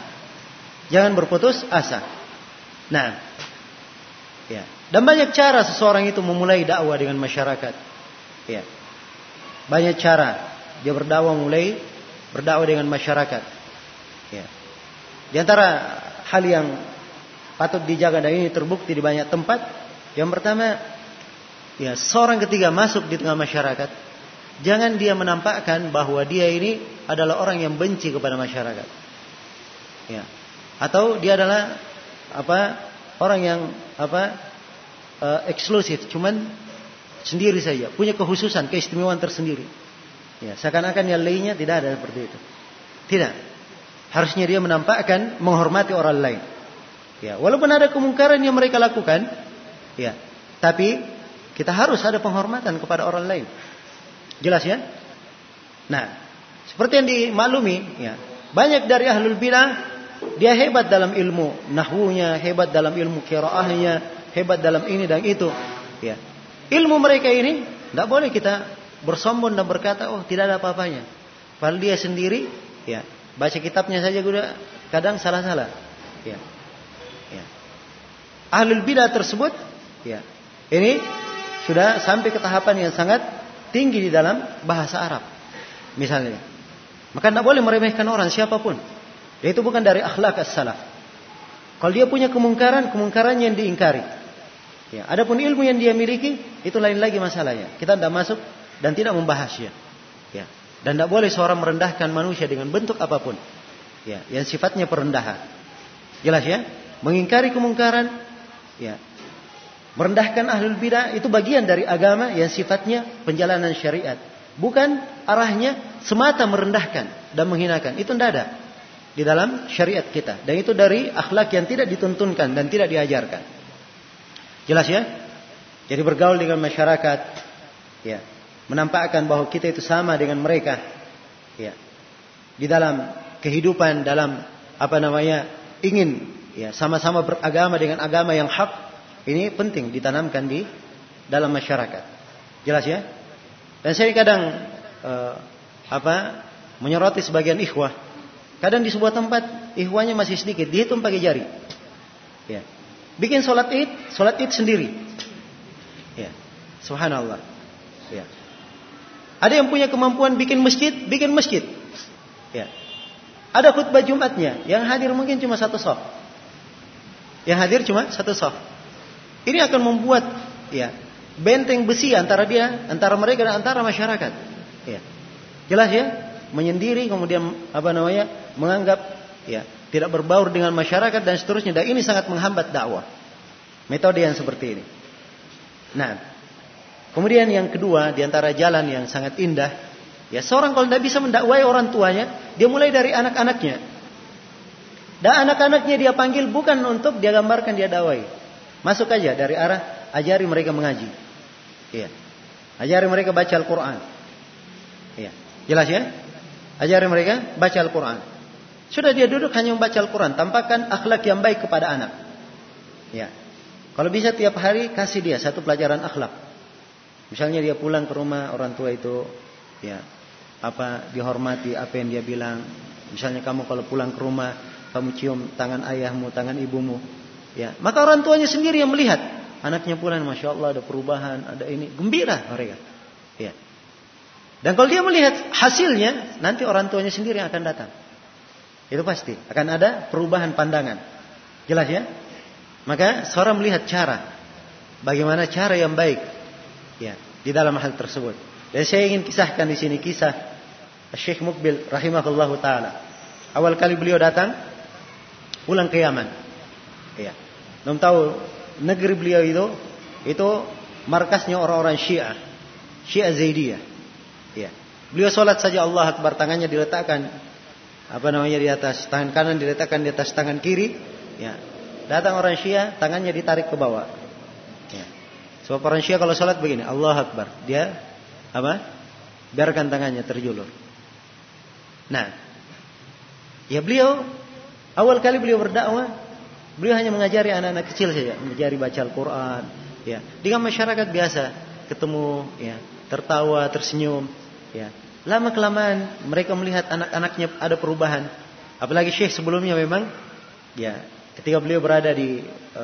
A: Nah, ya. Dan banyak cara seseorang itu memulai dakwah dengan masyarakat. Ya. Banyak cara dia berdakwah dengan masyarakat. Ya. Di antara hal yang patut dijaga dan ini terbukti di banyak tempat, yang pertama, ya, seorang ketika masuk di tengah masyarakat, jangan dia menampakkan bahwa dia ini adalah orang yang benci kepada masyarakat. Ya. Atau dia adalah orang yang eksklusif, cuman sendiri saja, punya kekhususan, keistimewaan tersendiri. Ya, seakan-akan yang lainnya tidak ada seperti itu. Tidak. Harusnya dia menampakkan menghormati orang lain. Ya, walaupun ada kemungkaran yang mereka lakukan, ya, tapi kita harus ada penghormatan kepada orang lain. Jelas ya? Nah, seperti yang dimaklumi, ya, banyak dari ahlul bidah, dia hebat dalam ilmu nahwunya, hebat dalam ilmu qiraahnya, hebat dalam ini dan itu. Ya. Ilmu mereka ini tidak boleh kita bersombong dan berkata, oh tidak ada apa-apanya. Padahal dia sendiri, ya, baca kitabnya saja juga kadang salah-salah. Ya. Ya. Ahlul bidah tersebut, ya, ini sudah sampai ke tahapan yang sangat tinggi di dalam bahasa Arab, misalnya. Maka tidak boleh meremehkan orang siapapun. Itu bukan dari akhlak as-salaf. Kalau dia punya kemungkaran yang diingkari. Ya, adapun ilmu yang dia miliki, itu lain lagi masalahnya. Kita tidak masuk dan tidak membahasnya. Ya. Dan tidak boleh seorang merendahkan manusia dengan bentuk apapun. Ya, yang sifatnya perendahan. Jelas ya? Mengingkari kemungkaran, ya, merendahkan ahlul bidah itu bagian dari agama yang sifatnya penjalanan syariat. Bukan arahnya semata merendahkan dan menghinakan. Itu tidak ada di dalam syariat kita. Dan itu dari akhlak yang tidak dituntunkan dan tidak diajarkan. Jelas ya? Jadi bergaul dengan masyarakat, ya, menampakkan bahwa kita itu sama dengan mereka, ya, di dalam kehidupan, dalam ingin, ya, sama-sama beragama dengan agama yang hak. Ini penting ditanamkan di dalam masyarakat. Jelas ya? Dan saya kadang menyoroti sebagian ikhwah. Kadang di sebuah tempat ikhwahnya masih sedikit, dihitung pakai jari. Ya. Bikin sholat id sendiri. Ya. Subhanallah. Ya. Ada yang punya kemampuan bikin masjid. Ya. Ada khutbah Jumatnya, yang hadir mungkin cuma satu shaf. Ini akan membuat, ya, benteng besi antara mereka dan antara masyarakat. Ya. Jelas ya? Menyendiri, kemudian menganggap, ya, tidak berbaur dengan masyarakat dan seterusnya. Dan ini sangat menghambat dakwah. Metode yang seperti ini. Nah, kemudian yang kedua, di antara jalan yang sangat indah, ya, seorang kalau tidak bisa mendakwai orang tuanya, dia mulai dari anak-anaknya. Dan anak-anaknya dia panggil bukan untuk dia gambarkan, dia dakwai. Masuk aja dari arah ajari mereka mengaji. Ya. Ajari mereka baca Al-Quran. Ya. Jelas ya? Ajari mereka baca Al-Quran. Sudah dia duduk hanya membaca Al-Quran. Tampakkan akhlak yang baik kepada anak. Ya. Kalau bisa tiap hari kasih dia satu pelajaran akhlak. Misalnya dia pulang ke rumah, orang tua itu, ya, dihormati apa yang dia bilang. Misalnya kamu kalau pulang ke rumah, kamu cium tangan ayahmu, tangan ibumu. Ya. Maka orang tuanya sendiri yang melihat. Anaknya pulang, Masya Allah ada perubahan, ada ini. Gembira mereka. Ya. Dan kalau dia melihat hasilnya, nanti orang tuanya sendiri yang akan datang. Itu pasti. Akan ada perubahan pandangan. Jelas ya? Maka seorang melihat bagaimana cara yang baik, ya, di dalam hal tersebut. Dan saya ingin kisahkan di sini kisah Syekh Muqbil rahimahullahu taala. Awal kali beliau datang pulang ke Yaman. Ya. Belum tahu negeri beliau itu markasnya orang-orang Syiah Zaidiyah. Ya. Beliau sholat saja Allah Akbar, tangannya diletakkan di atas tangan kanan, diletakkan di atas tangan kiri. Ya. Datang orang Syiah, tangannya ditarik ke bawah. Ya. Sebab orang Syiah kalau sholat begini, Allah Akbar, dia biarkan tangannya terjulur. Nah, ya beliau awal kali beliau berdakwah, beliau hanya mengajari anak-anak kecil saja, mengajari baca Al-Quran. Ya. Dengan masyarakat biasa, ketemu, ya, tertawa, tersenyum. Ya. Lama kelamaan mereka melihat anak-anaknya ada perubahan. Apalagi Syekh sebelumnya memang, ya, ketika beliau berada di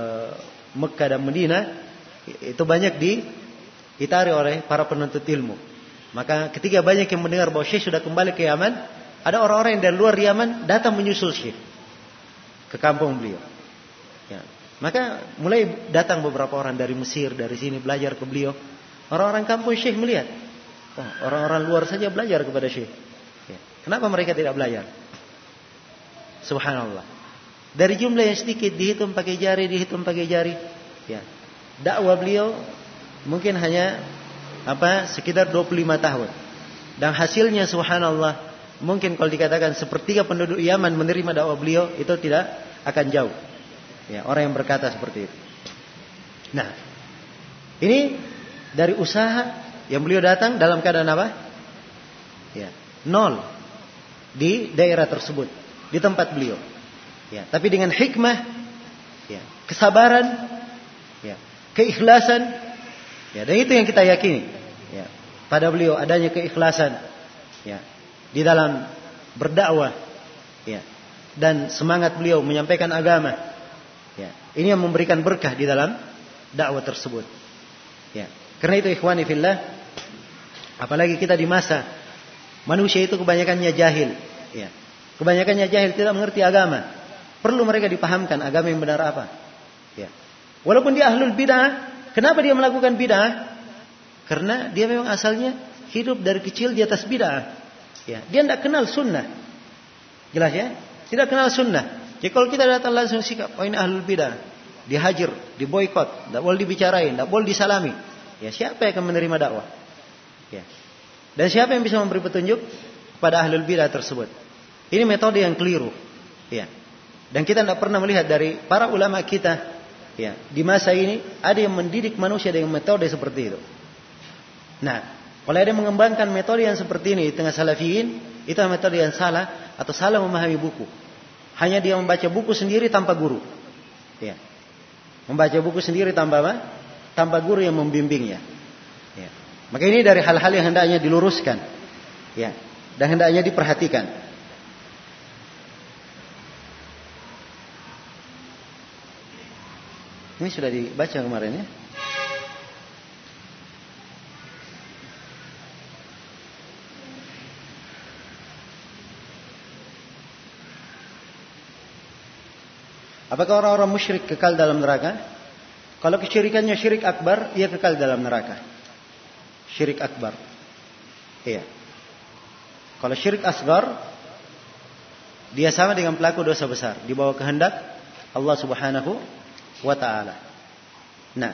A: Mekah dan Madinah, itu banyak diitari oleh para penuntut ilmu. Maka ketika banyak yang mendengar bahwa Syekh sudah kembali ke Yaman, ada orang-orang yang dari luar Yaman datang menyusul Syekh ke kampung beliau. Ya. Maka mulai datang beberapa orang dari Mesir, dari sini belajar ke beliau. Orang-orang kampung Syekh melihat, oh, orang-orang luar saja belajar kepada Syekh. Ya. Kenapa mereka tidak belajar? Subhanallah. Dari jumlah yang sedikit dihitung pakai jari. Ya. Dakwah beliau mungkin hanya sekitar 25 tahun. Dan hasilnya subhanallah, mungkin kalau dikatakan sepertiga penduduk Yaman menerima dakwah beliau, itu tidak akan jauh. Ya, orang yang berkata seperti itu. Nah, ini dari usaha yang beliau datang dalam keadaan apa? Ya, nol di daerah tersebut, di tempat beliau. Ya, tapi dengan hikmah, ya, kesabaran, ya, keikhlasan, ya, dan itu yang kita yakini. Ya, pada beliau adanya keikhlasan, ya, di dalam berdakwah, ya, dan semangat beliau menyampaikan agama. Ya, ini yang memberikan berkah di dalam dakwah tersebut. Ya, karena itu ikhwani fillah, apalagi kita di masa manusia itu kebanyakannya jahil. Ya, kebanyakannya jahil, tidak mengerti agama. Perlu mereka dipahamkan agama yang benar apa. Ya. Walaupun dia ahlul bid'ah, kenapa dia melakukan bid'ah? Karena dia memang asalnya hidup dari kecil di atas bid'ah. Ya. Dia tidak kenal sunnah. Jelas ya? Tidak kenal sunnah. Jadi kalau kita datang langsung sikap, oh ini ahlul bid'ah, dihajar, diboikot, tidak boleh dibicarain, tidak boleh disalami. Ya, siapa yang akan menerima dakwah? Ya. Dan siapa yang bisa memberi petunjuk kepada ahlul bidah tersebut? Ini metode yang keliru. Ya. Dan kita tidak pernah melihat dari para ulama kita, ya, di masa ini ada yang mendidik manusia dengan metode seperti itu. Nah, kalau ada yang mengembangkan metode yang seperti ini di tengah salafiyin, itu metode yang salah atau salah memahami buku. Hanya dia membaca buku sendiri tanpa guru. Ya. Membaca buku sendiri tanpa apa? Tanpa guru yang membimbingnya. Ya. Maka ini dari hal-hal yang hendaknya diluruskan. Ya. Dan hendaknya diperhatikan. Ini sudah dibaca kemarin ya. Apakah orang-orang musyrik kekal dalam neraka? Kalau kesyirikannya syirik akbar, ia kekal dalam neraka. Syirik akbar. Iya. Kalau syirik asgar, dia sama dengan pelaku dosa besar. Di bawah kehendak Allah Subhanahu wa ta'ala. Nah.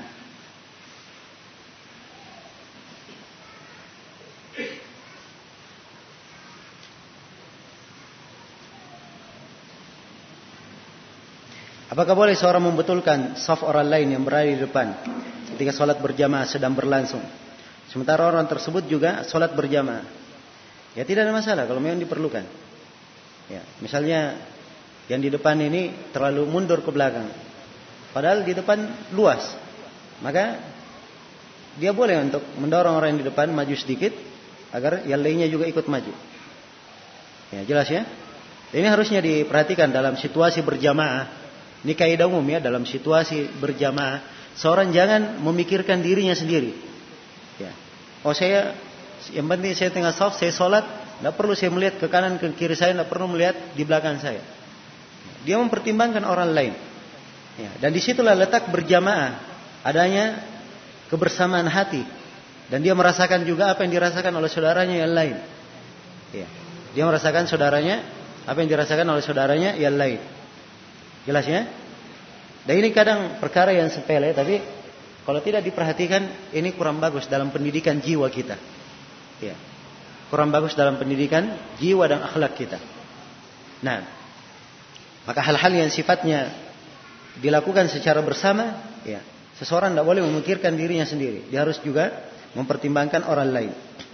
A: Apakah boleh seorang membetulkan saf orang lain yang berada di depan ketika sholat berjamaah sedang berlangsung, sementara orang tersebut juga sholat berjamaah? Ya tidak ada masalah kalau memang diperlukan. Ya, misalnya yang di depan ini terlalu mundur ke belakang, padahal di depan luas, maka dia boleh untuk mendorong orang yang di depan maju sedikit agar yang lainnya juga ikut maju. Ya jelas ya. Ini harusnya diperhatikan dalam situasi berjamaah. Ini kaidah umum ya, dalam situasi berjamaah, seorang jangan memikirkan dirinya sendiri. Ya. Oh saya, yang penting saya tengah saf, saya sholat, tidak perlu saya melihat ke kanan ke kiri saya, tidak perlu melihat di belakang saya. Dia mempertimbangkan orang lain. Ya. Dan disitulah letak berjamaah, adanya kebersamaan hati, dan dia merasakan juga apa yang dirasakan oleh saudaranya yang lain. Ya. Dia merasakan saudaranya apa yang dirasakan oleh saudaranya yang lain. Jelas ya? Dan ini kadang perkara yang sepele, tapi kalau tidak diperhatikan, ini kurang bagus dalam pendidikan jiwa kita. Ya. Kurang bagus dalam pendidikan jiwa dan akhlak kita. Nah, maka hal-hal yang sifatnya dilakukan secara bersama, ya, seseorang tidak boleh memikirkan dirinya sendiri. Dia harus juga mempertimbangkan orang lain.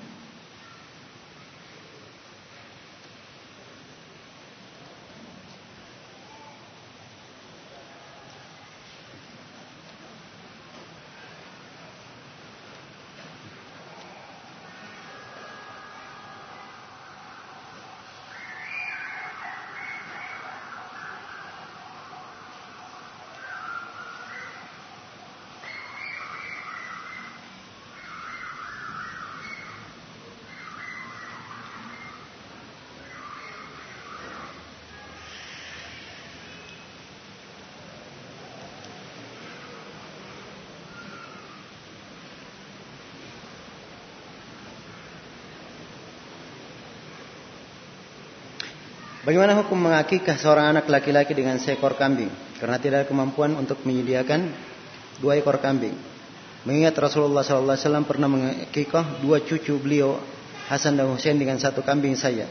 A: Bagaimana hukum mengakikah seorang anak laki-laki dengan seekor kambing karena tidak ada kemampuan untuk menyediakan 2 ekor kambing? Mengingat Rasulullah SAW pernah mengakikah 2 cucu beliau, Hasan dan Husain, dengan 1 kambing saja.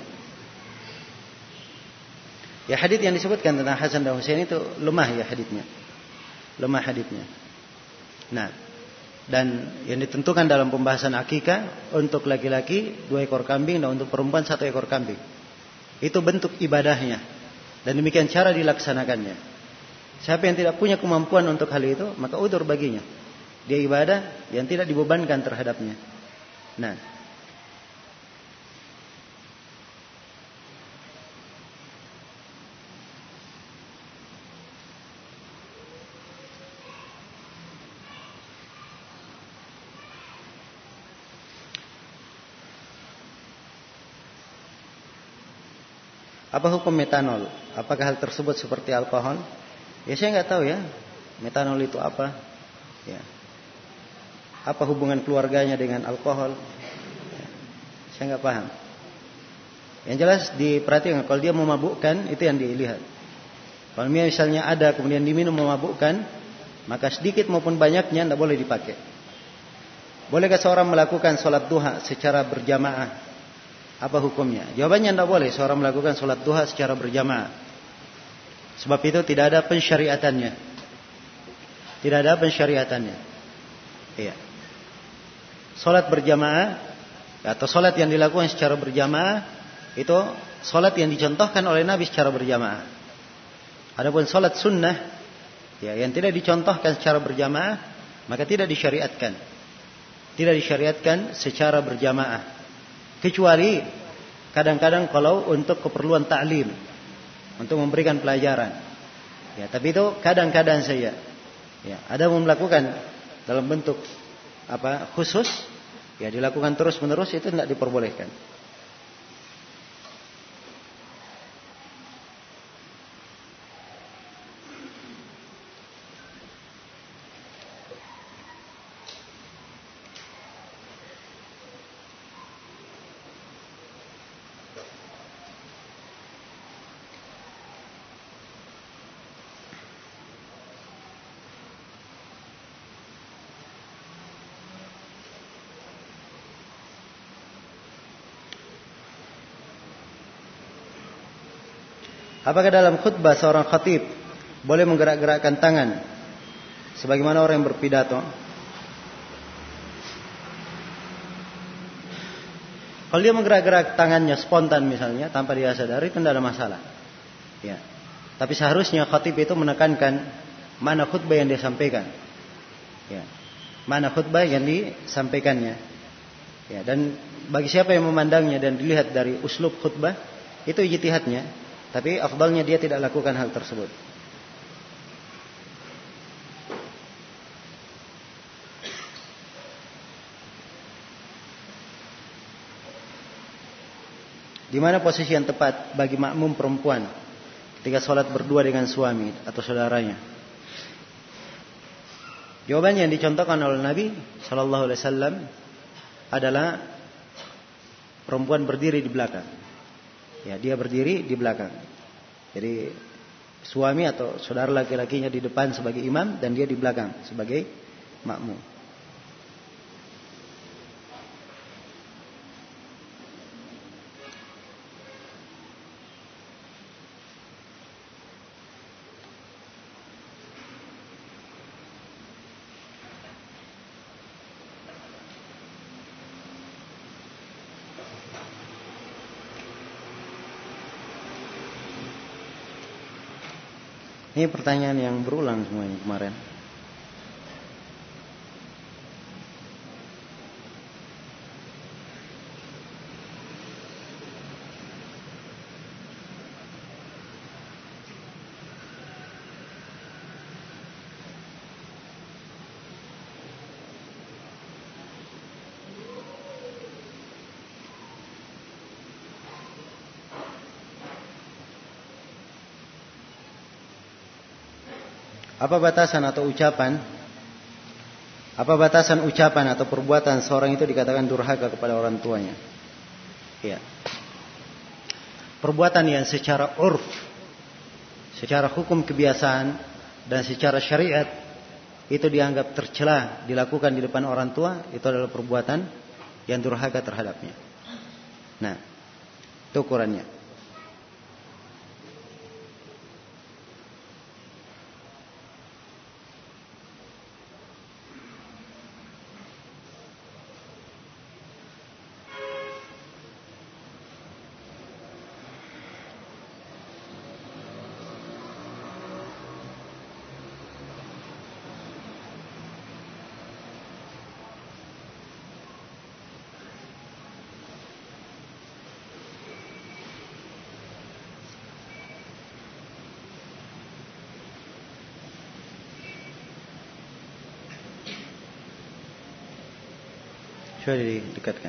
A: Ya, hadits yang disebutkan tentang Hasan dan Husain itu lemah ya haditsnya. Lemah haditsnya. Nah, dan yang ditentukan dalam pembahasan akikah untuk laki-laki 2 ekor kambing dan untuk perempuan 1 ekor kambing. Itu bentuk ibadahnya. Dan demikian cara dilaksanakannya. Siapa yang tidak punya kemampuan untuk hal itu, maka udzur baginya. Dia ibadah yang tidak dibebankan terhadapnya. Nah, apa hukum metanol? Apakah hal tersebut seperti alkohol? Ya saya nggak tahu ya. Metanol itu apa? Ya. Apa hubungan keluarganya dengan alkohol? Ya. Saya nggak paham. Yang jelas diperhatikan, kalau dia memabukkan itu yang dilihat. Kalau misalnya ada kemudian diminum memabukkan, maka sedikit maupun banyaknya tidak boleh dipakai. Bolehkah seorang melakukan sholat duha secara berjamaah? Apa hukumnya? Jawabannya tidak boleh seorang melakukan sholat duha secara berjamaah. Sebab itu tidak ada pensyariatannya. Tidak ada pensyariatannya. Iya. Sholat berjamaah atau sholat yang dilakukan secara berjamaah itu sholat yang dicontohkan oleh Nabi secara berjamaah. Adapun sholat sunnah ya, yang tidak dicontohkan secara berjamaah maka tidak disyariatkan. Tidak disyariatkan secara berjamaah. Kecuali kadang-kadang kalau untuk keperluan ta'lim, untuk memberikan pelajaran. Ya, tapi itu kadang-kadang saja. Ya, ada yang melakukan dalam bentuk khusus, ya dilakukan terus-menerus itu tidak diperbolehkan. Apakah dalam khutbah seorang khatib boleh menggerak-gerakkan tangan sebagaimana orang yang berpidato? Kalau dia menggerak-gerak tangannya spontan misalnya tanpa dia sadari itu tidak ada masalah. Ya. Tapi seharusnya khatib itu menekankan mana khutbah yang dia sampaikan. Ya. Mana khutbah yang disampaikannya. Ya, dan bagi siapa yang memandangnya dan dilihat dari uslub khutbah itu ijtihadnya. Tapi afdalnya dia tidak lakukan hal tersebut. Di mana posisi yang tepat bagi makmum perempuan ketika sholat berdua dengan suami atau saudaranya? Jawabannya yang dicontohkan oleh Nabi Sallallahu Alaihi Wasallam adalah perempuan berdiri di belakang. Ya, dia berdiri di belakang. Jadi suami atau saudara laki-lakinya di depan sebagai imam dan dia di belakang sebagai makmum. Ini pertanyaan yang berulang semuanya kemarin. Apa batasan ucapan atau perbuatan seorang itu dikatakan durhaka kepada orang tuanya? Ya. Perbuatan yang secara urf, secara hukum kebiasaan dan secara syariat itu dianggap tercela dilakukan di depan orang tua, itu adalah perbuatan yang durhaka terhadapnya. Nah, itu ukurannya. Coba didekatkan.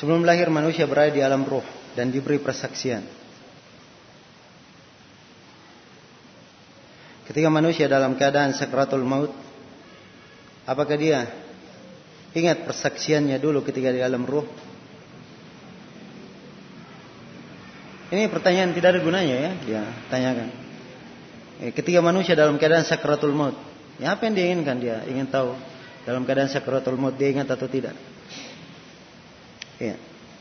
A: Sebelum lahir manusia berada di alam ruh dan diberi persaksian. Ketika manusia dalam keadaan sakratul maut, apakah dia ingat persaksiannya dulu ketika di alam ruh? Ini pertanyaan tidak ada gunanya ya, dia tanyakan. Ketika manusia dalam keadaan sakratul maut, ya apa yang dia inginkan? Dia ingin tahu dalam keadaan sakratul maut dia ingat atau tidak. Ya.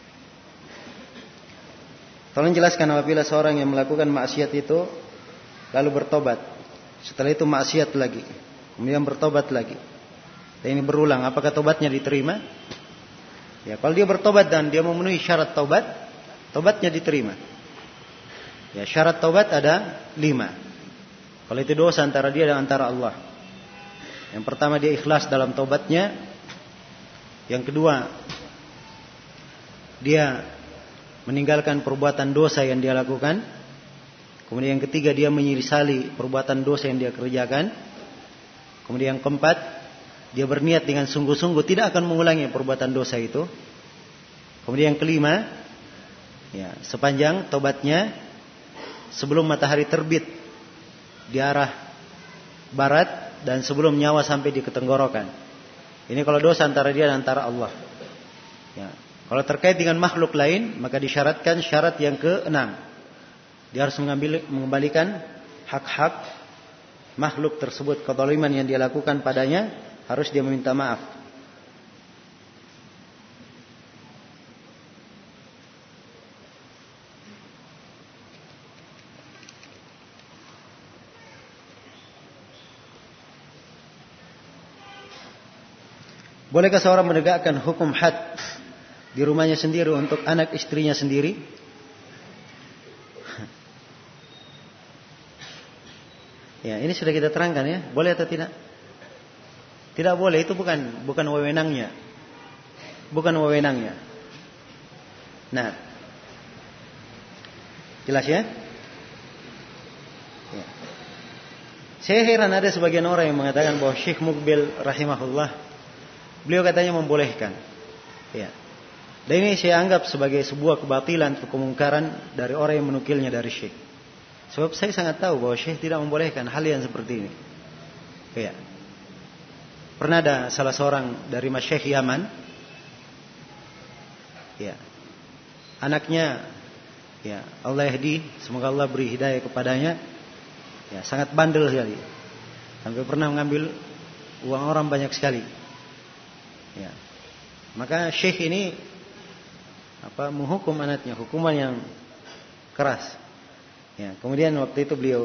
A: Tolong jelaskan apabila seorang yang melakukan maksiat itu lalu bertobat, setelah itu maksiat lagi, kemudian bertobat lagi, dan ini berulang, apakah tobatnya diterima? Ya, kalau dia bertobat dan dia memenuhi syarat tobat, tobatnya diterima. Ya, syarat tobat ada 5. Kalau itu dosa antara dia dan antara Allah. Yang pertama dia ikhlas dalam tobatnya. Yang kedua, dia meninggalkan perbuatan dosa yang dia lakukan. Kemudian yang ketiga, dia menyesali perbuatan dosa yang dia kerjakan. Kemudian yang keempat, dia berniat dengan sungguh-sungguh tidak akan mengulangi perbuatan dosa itu. Kemudian yang kelima, ya, sepanjang tobatnya sebelum matahari terbit di arah barat dan sebelum nyawa sampai di ketenggorokan. Ini kalau dosa antara dia dan antara Allah. Ya. Kalau terkait dengan makhluk lain, maka disyaratkan syarat yang ke-6. Dia harus mengembalikan hak-hak makhluk tersebut. Kezaliman yang dia lakukan padanya, harus dia meminta maaf. Bolehkah seorang menegakkan hukum had di rumahnya sendiri untuk anak istrinya sendiri? Ya, ini sudah kita terangkan ya. Boleh atau tidak? Tidak boleh, itu bukan wewenangnya. Bukan wewenangnya. Nah. Jelas ya? Ya. Saya heran ada sebagian orang yang mengatakan bahwa Syekh Mukbil rahimahullah, beliau katanya membolehkan. Ya. Dan ini saya anggap sebagai sebuah kebatilan atau kemungkaran dari orang yang menukilnya dari Syekh. Sebab saya sangat tahu bahwa Syekh tidak membolehkan hal yang seperti ini. Ya. Pernah ada salah seorang dari masyayikh Yaman. Ya. Anaknya, ya, Allah yahdi, semoga Allah beri hidayah kepadanya. Ya, sangat bandel sekali. Sampai pernah mengambil uang orang banyak sekali. Ya. Maka Syekh ini menghukum anaknya hukuman yang keras. Ya, kemudian waktu itu beliau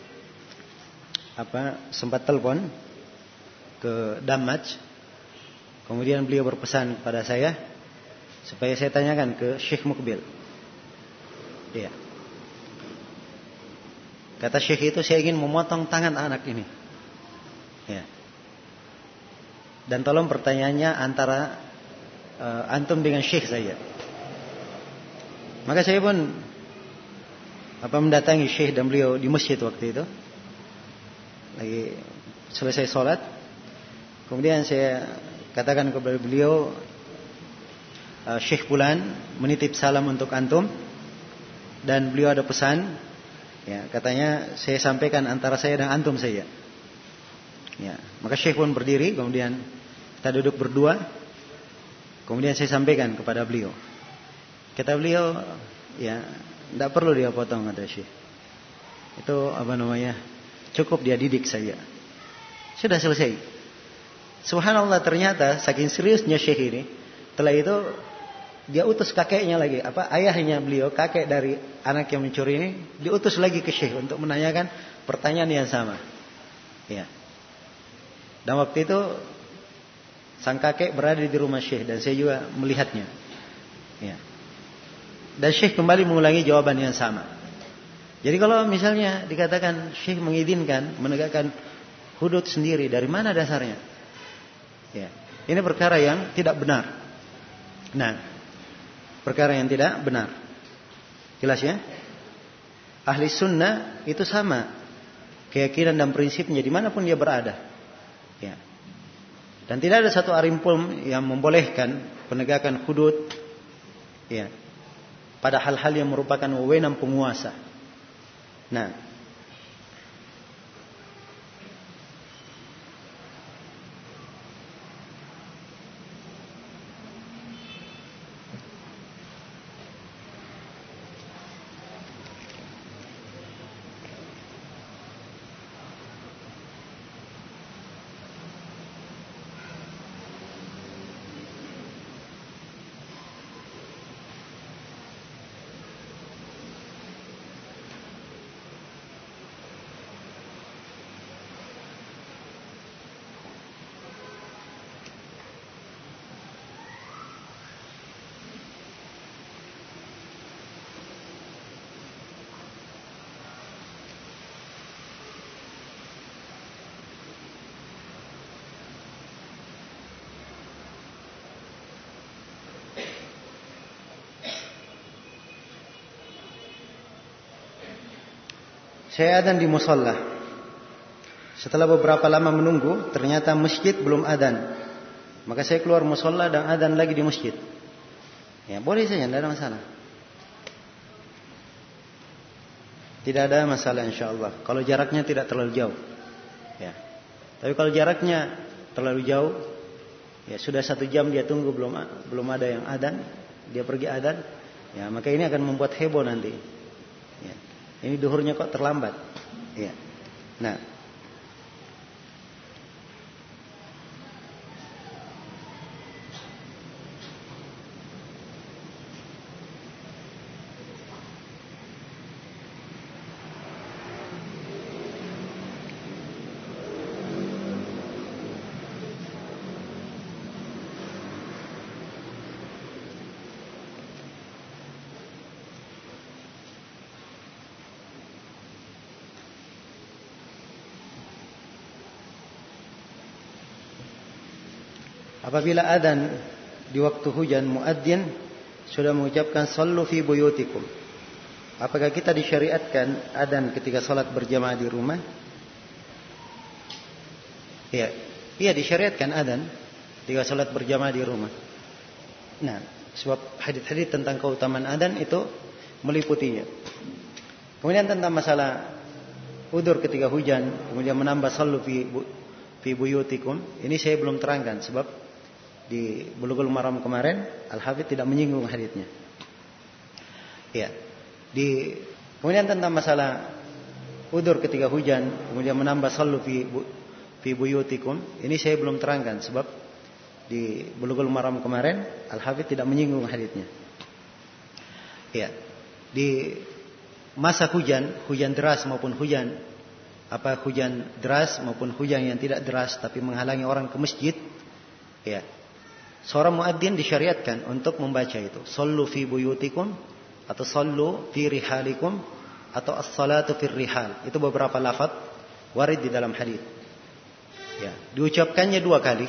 A: sempat telepon ke Damaj. Kemudian beliau berpesan kepada saya supaya saya tanyakan ke Syekh Mukbil. Ya. Kata Syekh itu, saya ingin memotong tangan anak ini. Ya. Dan tolong pertanyaannya antara antum dengan Syekh saja. Maka saya pun mendatangi Syekh dan beliau di masjid waktu itu. Lagi selesai sholat. Kemudian saya katakan kepada beliau, Syekh Fulan menitip salam untuk antum. Dan beliau ada pesan. Ya, katanya saya sampaikan antara saya dan antum saja. Ya, maka Syekh pun berdiri. Kemudian kita duduk berdua. Kemudian saya sampaikan kepada beliau. Kata beliau, ya, tidak perlu dia potong, kata Syekh. Itu cukup dia didik saja. Sudah selesai. Subhanallah, ternyata saking seriusnya Syekh ini, setelah itu dia utus kakeknya lagi, ayahnya beliau, kakek dari anak yang mencuri ini, diutus lagi ke Syekh untuk menanyakan pertanyaan yang sama. Ya. Dan waktu itu sang kakek berada di rumah Syekh dan saya juga melihatnya. Ya. Dan Syekh kembali mengulangi jawaban yang sama. Jadi kalau misalnya dikatakan Syekh mengizinkan menegakkan hudud sendiri, dari mana dasarnya? Ya. Ini perkara yang tidak benar. Nah, perkara yang tidak benar. Jelas ya? Ahli sunnah itu sama keyakinan dan prinsipnya dimanapun dia berada. Ya. Dan tidak ada satu arimpun yang membolehkan penegakan hudud Ya. Pada hal-hal yang merupakan wewenang penguasa. Nah, saya adzan di musalla. Setelah beberapa lama menunggu, ternyata masjid belum adzan. Maka saya keluar musalla dan adzan lagi di masjid. Ya, boleh saja, tidak ada masalah. Tidak ada masalah insyaallah. Kalau jaraknya tidak terlalu jauh. Ya. Tapi kalau jaraknya terlalu jauh, ya sudah 1 jam dia tunggu belum ada yang adzan, dia pergi adzan, ya maka ini akan membuat heboh nanti. Ya. Ini duhurnya kok terlambat. Ya. Nah, apabila adzan di waktu hujan, muadzin sudah mengucapkan sallu fi buyutikum. Apakah kita disyariatkan adzan ketika salat berjamaah di rumah? Iya, iya disyariatkan adzan ketika salat berjamaah di rumah. Nah, sebab hadis-hadis tentang keutamaan adzan itu meliputinya. Kemudian tentang masalah udzur ketika hujan, kemudian menambah sallu fi buyutikum, ini saya belum terangkan sebab di Bulughul Maram kemarin Al-Hafidz tidak menyinggung haditsnya. Ya. Kemudian tentang masalah udzur ketika hujan, kemudian menambah sallu fi buyutikum, ini saya belum terangkan sebab di Bulughul Maram kemarin Al-Hafidz tidak menyinggung haditsnya. Ya. Di masa hujan deras maupun hujan deras maupun hujan yang tidak deras tapi menghalangi orang ke masjid, ya. Seorang muadzin disyariatkan untuk membaca itu, sallu fi buyutikum atau sallu fi rihalikum atau as-salatu fir rihal. Itu beberapa lafaz warid di dalam hadis. Ya, diucapkannya 2 kali.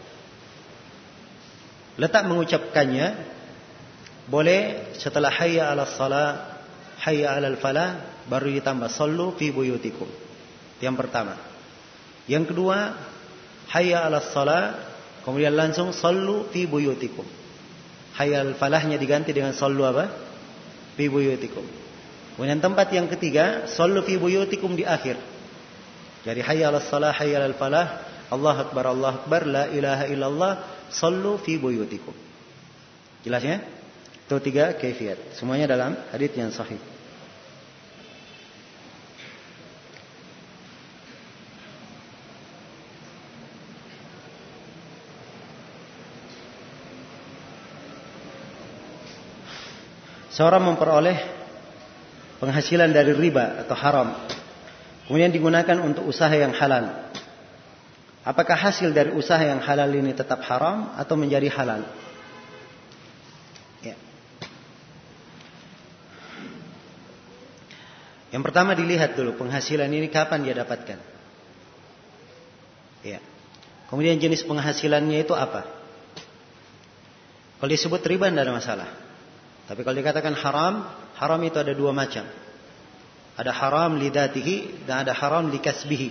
A: Letak mengucapkannya boleh setelah hayya 'alas shalah, hayya 'alal falah baru ditambah sallu fi buyutikum. Yang pertama. Yang kedua, hayya 'alas shalah kemudian langsung sallu fi buyutikum. Hayya 'alal falahnya diganti dengan sallu apa? Fi buyutikum. Kemudian tempat yang ketiga, sallu fi buyutikum di akhir. Jadi hayya 'alas shalah, hayya 'alal falah, Allahu akbar, la ilaha illallah, sallu fi buyutikum. Jelas ya? Itu 3 kaifiat. Semuanya dalam hadis yang sahih. Seorang memperoleh penghasilan dari riba atau haram, kemudian digunakan untuk usaha yang halal. Apakah hasil dari usaha yang halal ini tetap haram atau menjadi halal? Ya. Yang pertama dilihat dulu penghasilan ini kapan dia dapatkan. Ya. Kemudian jenis penghasilannya itu apa? Kalau disebut riba tidak ada masalah. Tapi kalau dikatakan haram, haram itu ada 2 macam. Ada haram lidatihi dan ada haram likasbihi.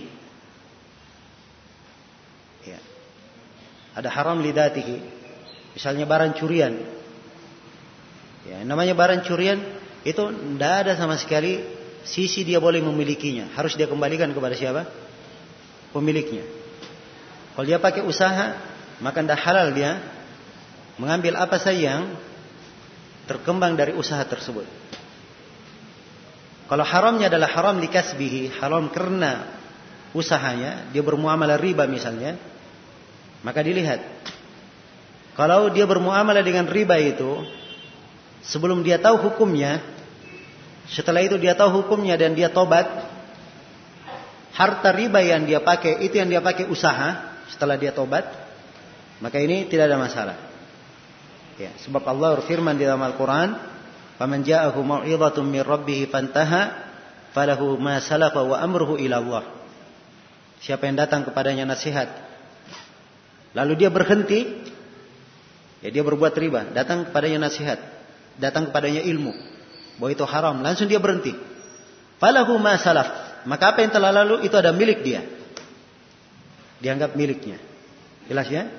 A: Ya. Ada haram lidatihi. Misalnya barang curian. Ya, namanya barang curian itu tidak ada sama sekali sisi dia boleh memilikinya. Harus dia kembalikan kepada siapa? Pemiliknya. Kalau dia pakai usaha, maka tidak halal dia mengambil apa saja yang terkembang dari usaha tersebut. Kalau haramnya adalah haram likasbihi, haram karena usahanya, dia bermuamalah riba misalnya, maka dilihat. Kalau dia bermuamalah dengan riba itu, sebelum dia tahu hukumnya, setelah itu dia tahu hukumnya dan dia tobat, harta riba yang dia pakai, itu yang dia pakai usaha, setelah dia tobat, maka ini tidak ada masalah. Ya, sebab Allah berfirman di dalam Al-Quran, "Faman ja'ahu mau'izatun min rabbih fantaha, falahu ma salafa wa amruhu ila Allah." Siapa yang datang kepadanya nasihat, lalu dia berhenti, ya dia berbuat riba, datang kepadanya nasihat, datang kepadanya ilmu bahwa itu haram, langsung dia berhenti. Falahu ma salaf, maka apa yang telah lalu itu ada milik dia. Dianggap miliknya. Jelas ya?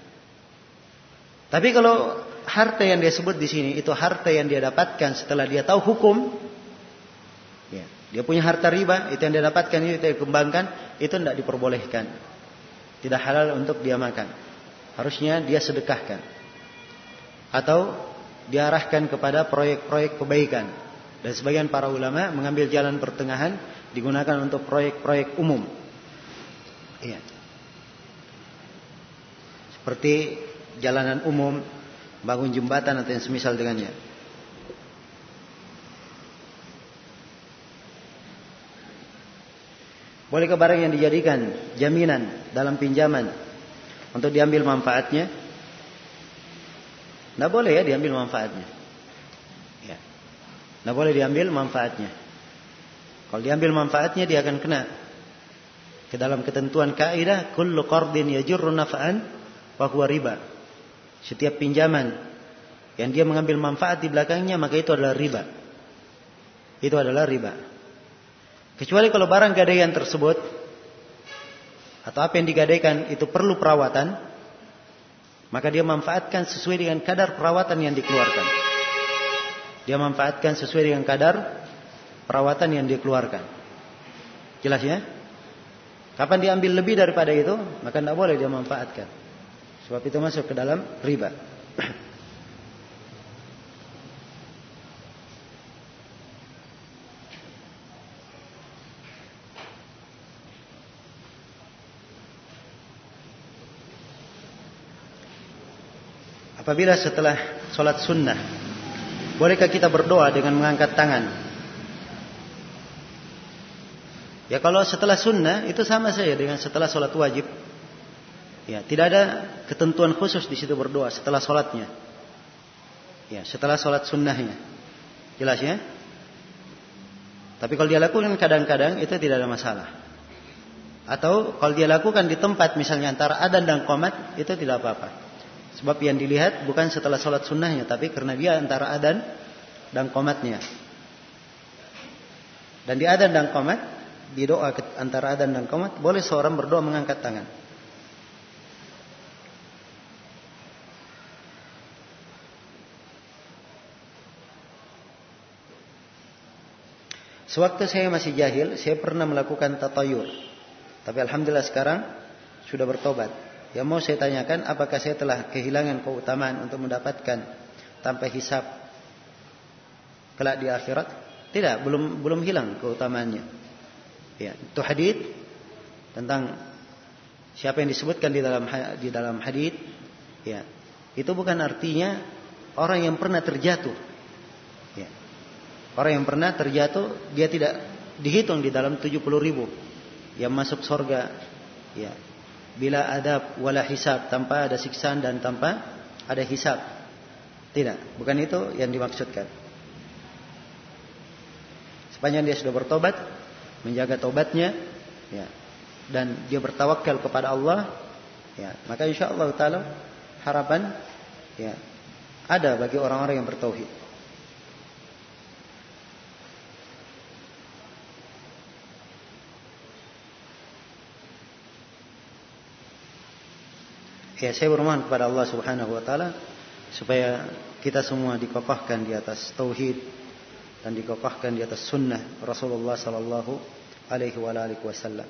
A: Tapi kalau harta yang dia sebut di sini itu harta yang dia dapatkan setelah dia tahu hukum, ya, dia punya harta riba, itu yang dia dapatkan, itu dia kembangkan, itu tidak diperbolehkan. Tidak halal untuk dia makan. Harusnya dia sedekahkan. Atau diarahkan kepada proyek-proyek kebaikan. Dan sebagian para ulama mengambil jalan pertengahan, digunakan untuk proyek-proyek umum. Iya. Seperti jalanan umum, bangun jembatan atau yang semisal dengannya. Bolehkah barang yang dijadikan jaminan dalam pinjaman untuk diambil manfaatnya? Tidak boleh ya diambil manfaatnya. Ya. Tidak boleh diambil manfaatnya. Kalau diambil manfaatnya dia akan kena ke dalam ketentuan kaidah kullu qardin yajurru naf'an fa huwa riba. Setiap pinjaman yang dia mengambil manfaat di belakangnya, maka itu adalah riba. Itu adalah riba. Kecuali kalau barang gadaian tersebut atau apa yang digadaikan itu perlu perawatan, maka dia manfaatkan sesuai dengan kadar perawatan yang dikeluarkan. Dia manfaatkan sesuai dengan kadar perawatan yang dikeluarkan. Jelas ya? Kapan diambil lebih daripada itu, maka tidak boleh dia manfaatkan. Sebab itu masuk ke dalam riba. Apabila setelah sholat sunnah, bolehkah kita berdoa dengan mengangkat tangan? Ya kalau setelah sunnah itu sama saja dengan setelah sholat wajib. Ya, tidak ada ketentuan khusus di situ berdoa setelah sholatnya. Ya, setelah sholat sunnahnya. Jelas ya? Tapi kalau dia lakukan kadang-kadang itu tidak ada masalah. Atau kalau dia lakukan di tempat misalnya antara adzan dan qomat, itu tidak apa-apa. Sebab yang dilihat bukan setelah sholat sunnahnya, tapi karena dia antara adzan dan qomatnya. Dan di adzan dan qomat, di doa antara adzan dan qomat, boleh seorang berdoa mengangkat tangan. Sewaktu saya masih jahil, saya pernah melakukan tatayur. Tapi alhamdulillah sekarang sudah bertobat. Yang mau saya tanyakan, apakah saya telah kehilangan keutamaan untuk mendapatkan tanpa hisab kelak di akhirat? Tidak, belum hilang keutamaannya. Ya, itu hadits tentang siapa yang disebutkan di dalam hadits. Ya, itu bukan artinya orang yang pernah terjatuh. Ya. Orang yang pernah terjatuh, dia tidak dihitung di dalam 70.000 yang masuk surga. Ya. Bila adab wala hisab, tanpa ada siksaan dan tanpa ada hisab. Tidak, bukan itu yang dimaksudkan. Sepanjang dia sudah bertobat, menjaga tobatnya, ya, dan dia bertawakal kepada Allah, ya, maka insyaallah taala harapan, ya, ada bagi orang-orang yang bertauhid. Ya, saya bermohon kepada Allah Subhanahu wa taala supaya kita semua dikokohkan di atas tauhid dan dikokohkan di atas sunnah Rasulullah sallallahu alaihi wasallam.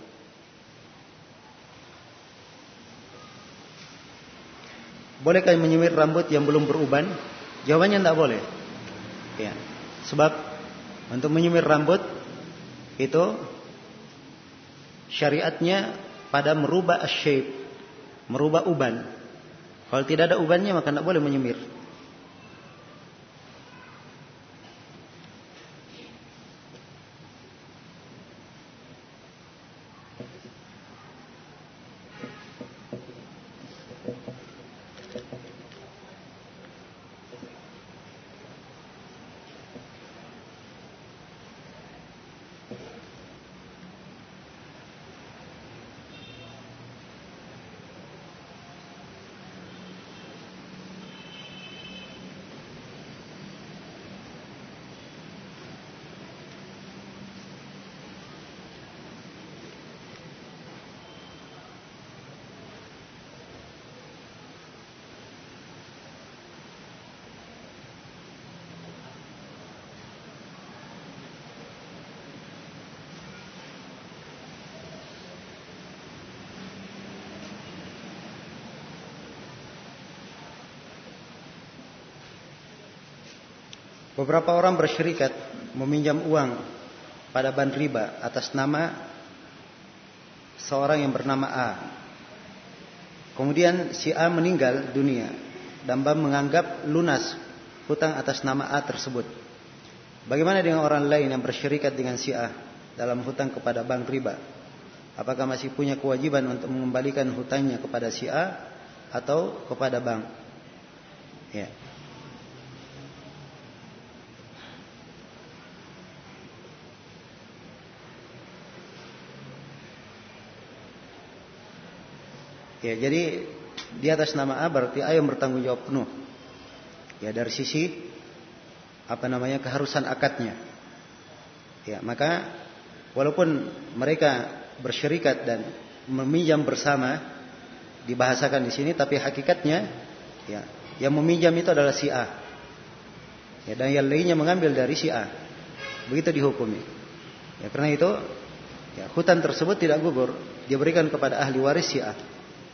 A: Bolehkah menyemir rambut yang belum beruban? Jawabannya tidak boleh. Ya. Sebab untuk menyemir rambut itu syariatnya pada merubah shape, merubah uban. Kalau tidak ada ubannya maka tidak boleh menyemir. Beberapa orang bersyirikat meminjam uang pada bank riba atas nama seorang yang bernama A. Kemudian si A meninggal dunia dan bank menganggap lunas hutang atas nama A tersebut. Bagaimana dengan orang lain yang bersyirikat dengan si A dalam hutang kepada bank riba? Apakah masih punya kewajiban untuk mengembalikan hutangnya kepada si A atau kepada bank? Ya. Ya, jadi di atas nama A berarti A yang bertanggung jawab penuh. Ya, dari sisi keharusan akadnya. Ya, maka walaupun mereka bersyirikat dan meminjam bersama dibahasakan di sini, tapi hakikatnya ya, yang meminjam itu adalah si A. Ya, dan yang lainnya mengambil dari si A. Begitu dihukumi. Ya, karena itu ya, hutang tersebut tidak gugur, diberikan kepada ahli waris si A.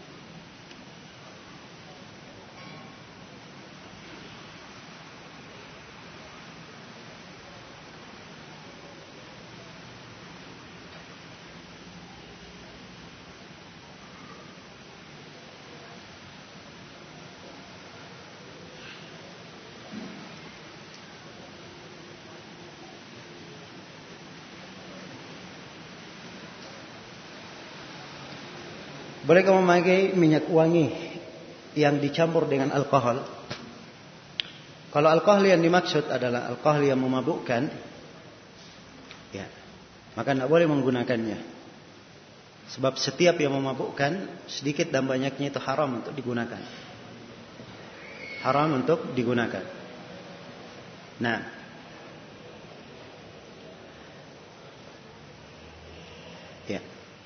A: Bolehkah memakai minyak wangi yang dicampur dengan alkohol? Kalau alkohol yang dimaksud adalah alkohol yang memabukkan, ya, maka tidak boleh menggunakannya. Sebab setiap yang memabukkan, sedikit dan banyaknya itu haram untuk digunakan. Haram untuk digunakan. Nah, ya.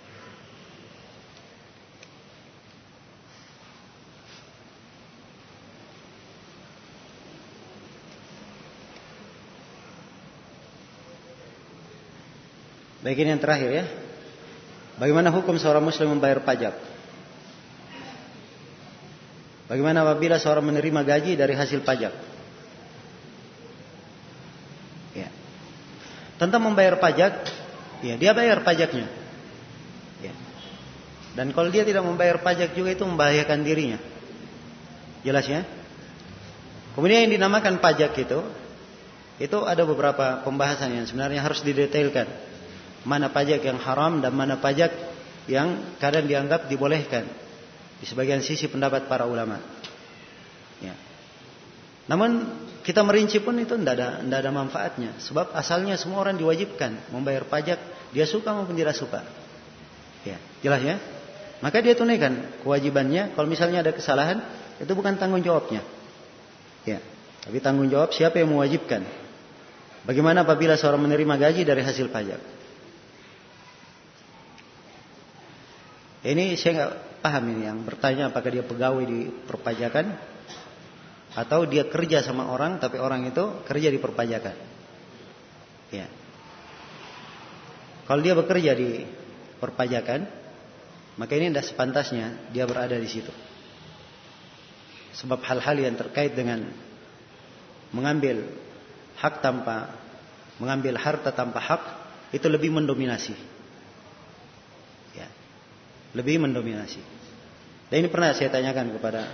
A: Baik, ini yang terakhir ya. Bagaimana hukum seorang muslim membayar pajak? Bagaimana apabila seorang menerima gaji dari hasil pajak? Ya. Tentang membayar pajak, ya dia bayar pajaknya. Ya. Dan kalau dia tidak membayar pajak juga itu membahayakan dirinya. Jelas ya? Kemudian yang dinamakan pajak itu ada beberapa pembahasan yang sebenarnya harus didetailkan. Mana pajak yang haram dan mana pajak yang kadang dianggap dibolehkan di sebagian sisi pendapat para ulama. Ya. Namun kita merinci pun itu tidak ada manfaatnya. Sebab asalnya semua orang diwajibkan membayar pajak, dia suka maupun tidak suka. Ya, jelas ya. Maka dia tunaikan kewajibannya. Kalau misalnya ada kesalahan, itu bukan tanggung jawabnya. Ya, tapi tanggung jawab siapa yang mewajibkan. Bagaimana apabila seorang menerima gaji dari hasil pajak? Ini saya nggak paham ini yang bertanya apakah dia pegawai di perpajakan Atau dia kerja sama orang, tapi orang itu kerja di perpajakan. Ya. Kalau dia bekerja di perpajakan, maka ini tidak sepantasnya dia berada di situ. Sebab hal-hal yang terkait dengan mengambil harta tanpa hak itu lebih mendominasi. Ya. Lebih mendominasi. Dan ini pernah saya tanyakan kepada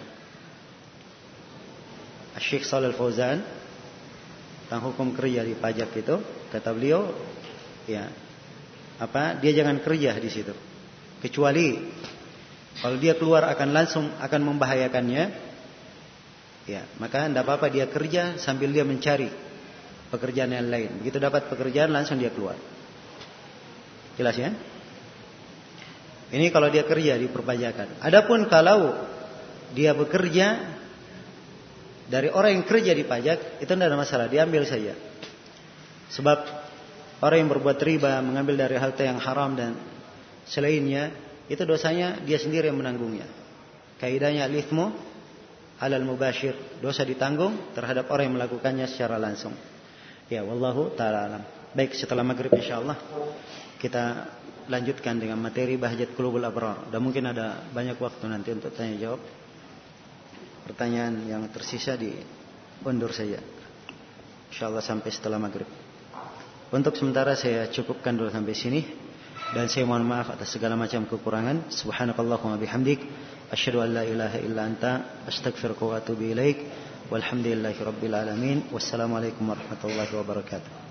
A: Syekh Shalal Fauzan tentang hukum kerja di pajak itu. Kata beliau, ya, dia jangan kerja di situ. Kecuali kalau dia keluar akan membahayakannya, ya, maka tidak apa-apa dia kerja sambil dia mencari pekerjaan yang lain. Begitu dapat pekerjaan langsung dia keluar. Jelas ya? Ini kalau dia kerja di perpajakan. Adapun kalau dia bekerja dari orang yang kerja di pajak, itu tidak ada masalah, diambil saja. Sebab orang yang berbuat riba, mengambil dari harta yang haram dan selainnya, itu dosanya dia sendiri yang menanggungnya. Kaidahnya al-ithmu 'alal mubashir, dosa ditanggung terhadap orang yang melakukannya secara langsung. Ya, wallahu ta'ala alam. Baik, setelah maghrib insyaallah kita lanjutkan dengan materi Bahjat Qulubul Abrar. Dan mungkin ada banyak waktu nanti untuk tanya jawab. Pertanyaan yang tersisa diundur saja, insyaallah sampai setelah maghrib. Untuk sementara saya cukupkan dulu sampai sini. Dan saya mohon maaf atas segala macam kekurangan. Subhanakallahumma bihamdik, asyhadu an la ilaha illa anta, astaghfiruka wa atubu ilaik. Walhamdulillahi rabbil alamin. Wassalamualaikum warahmatullahi wabarakatuh.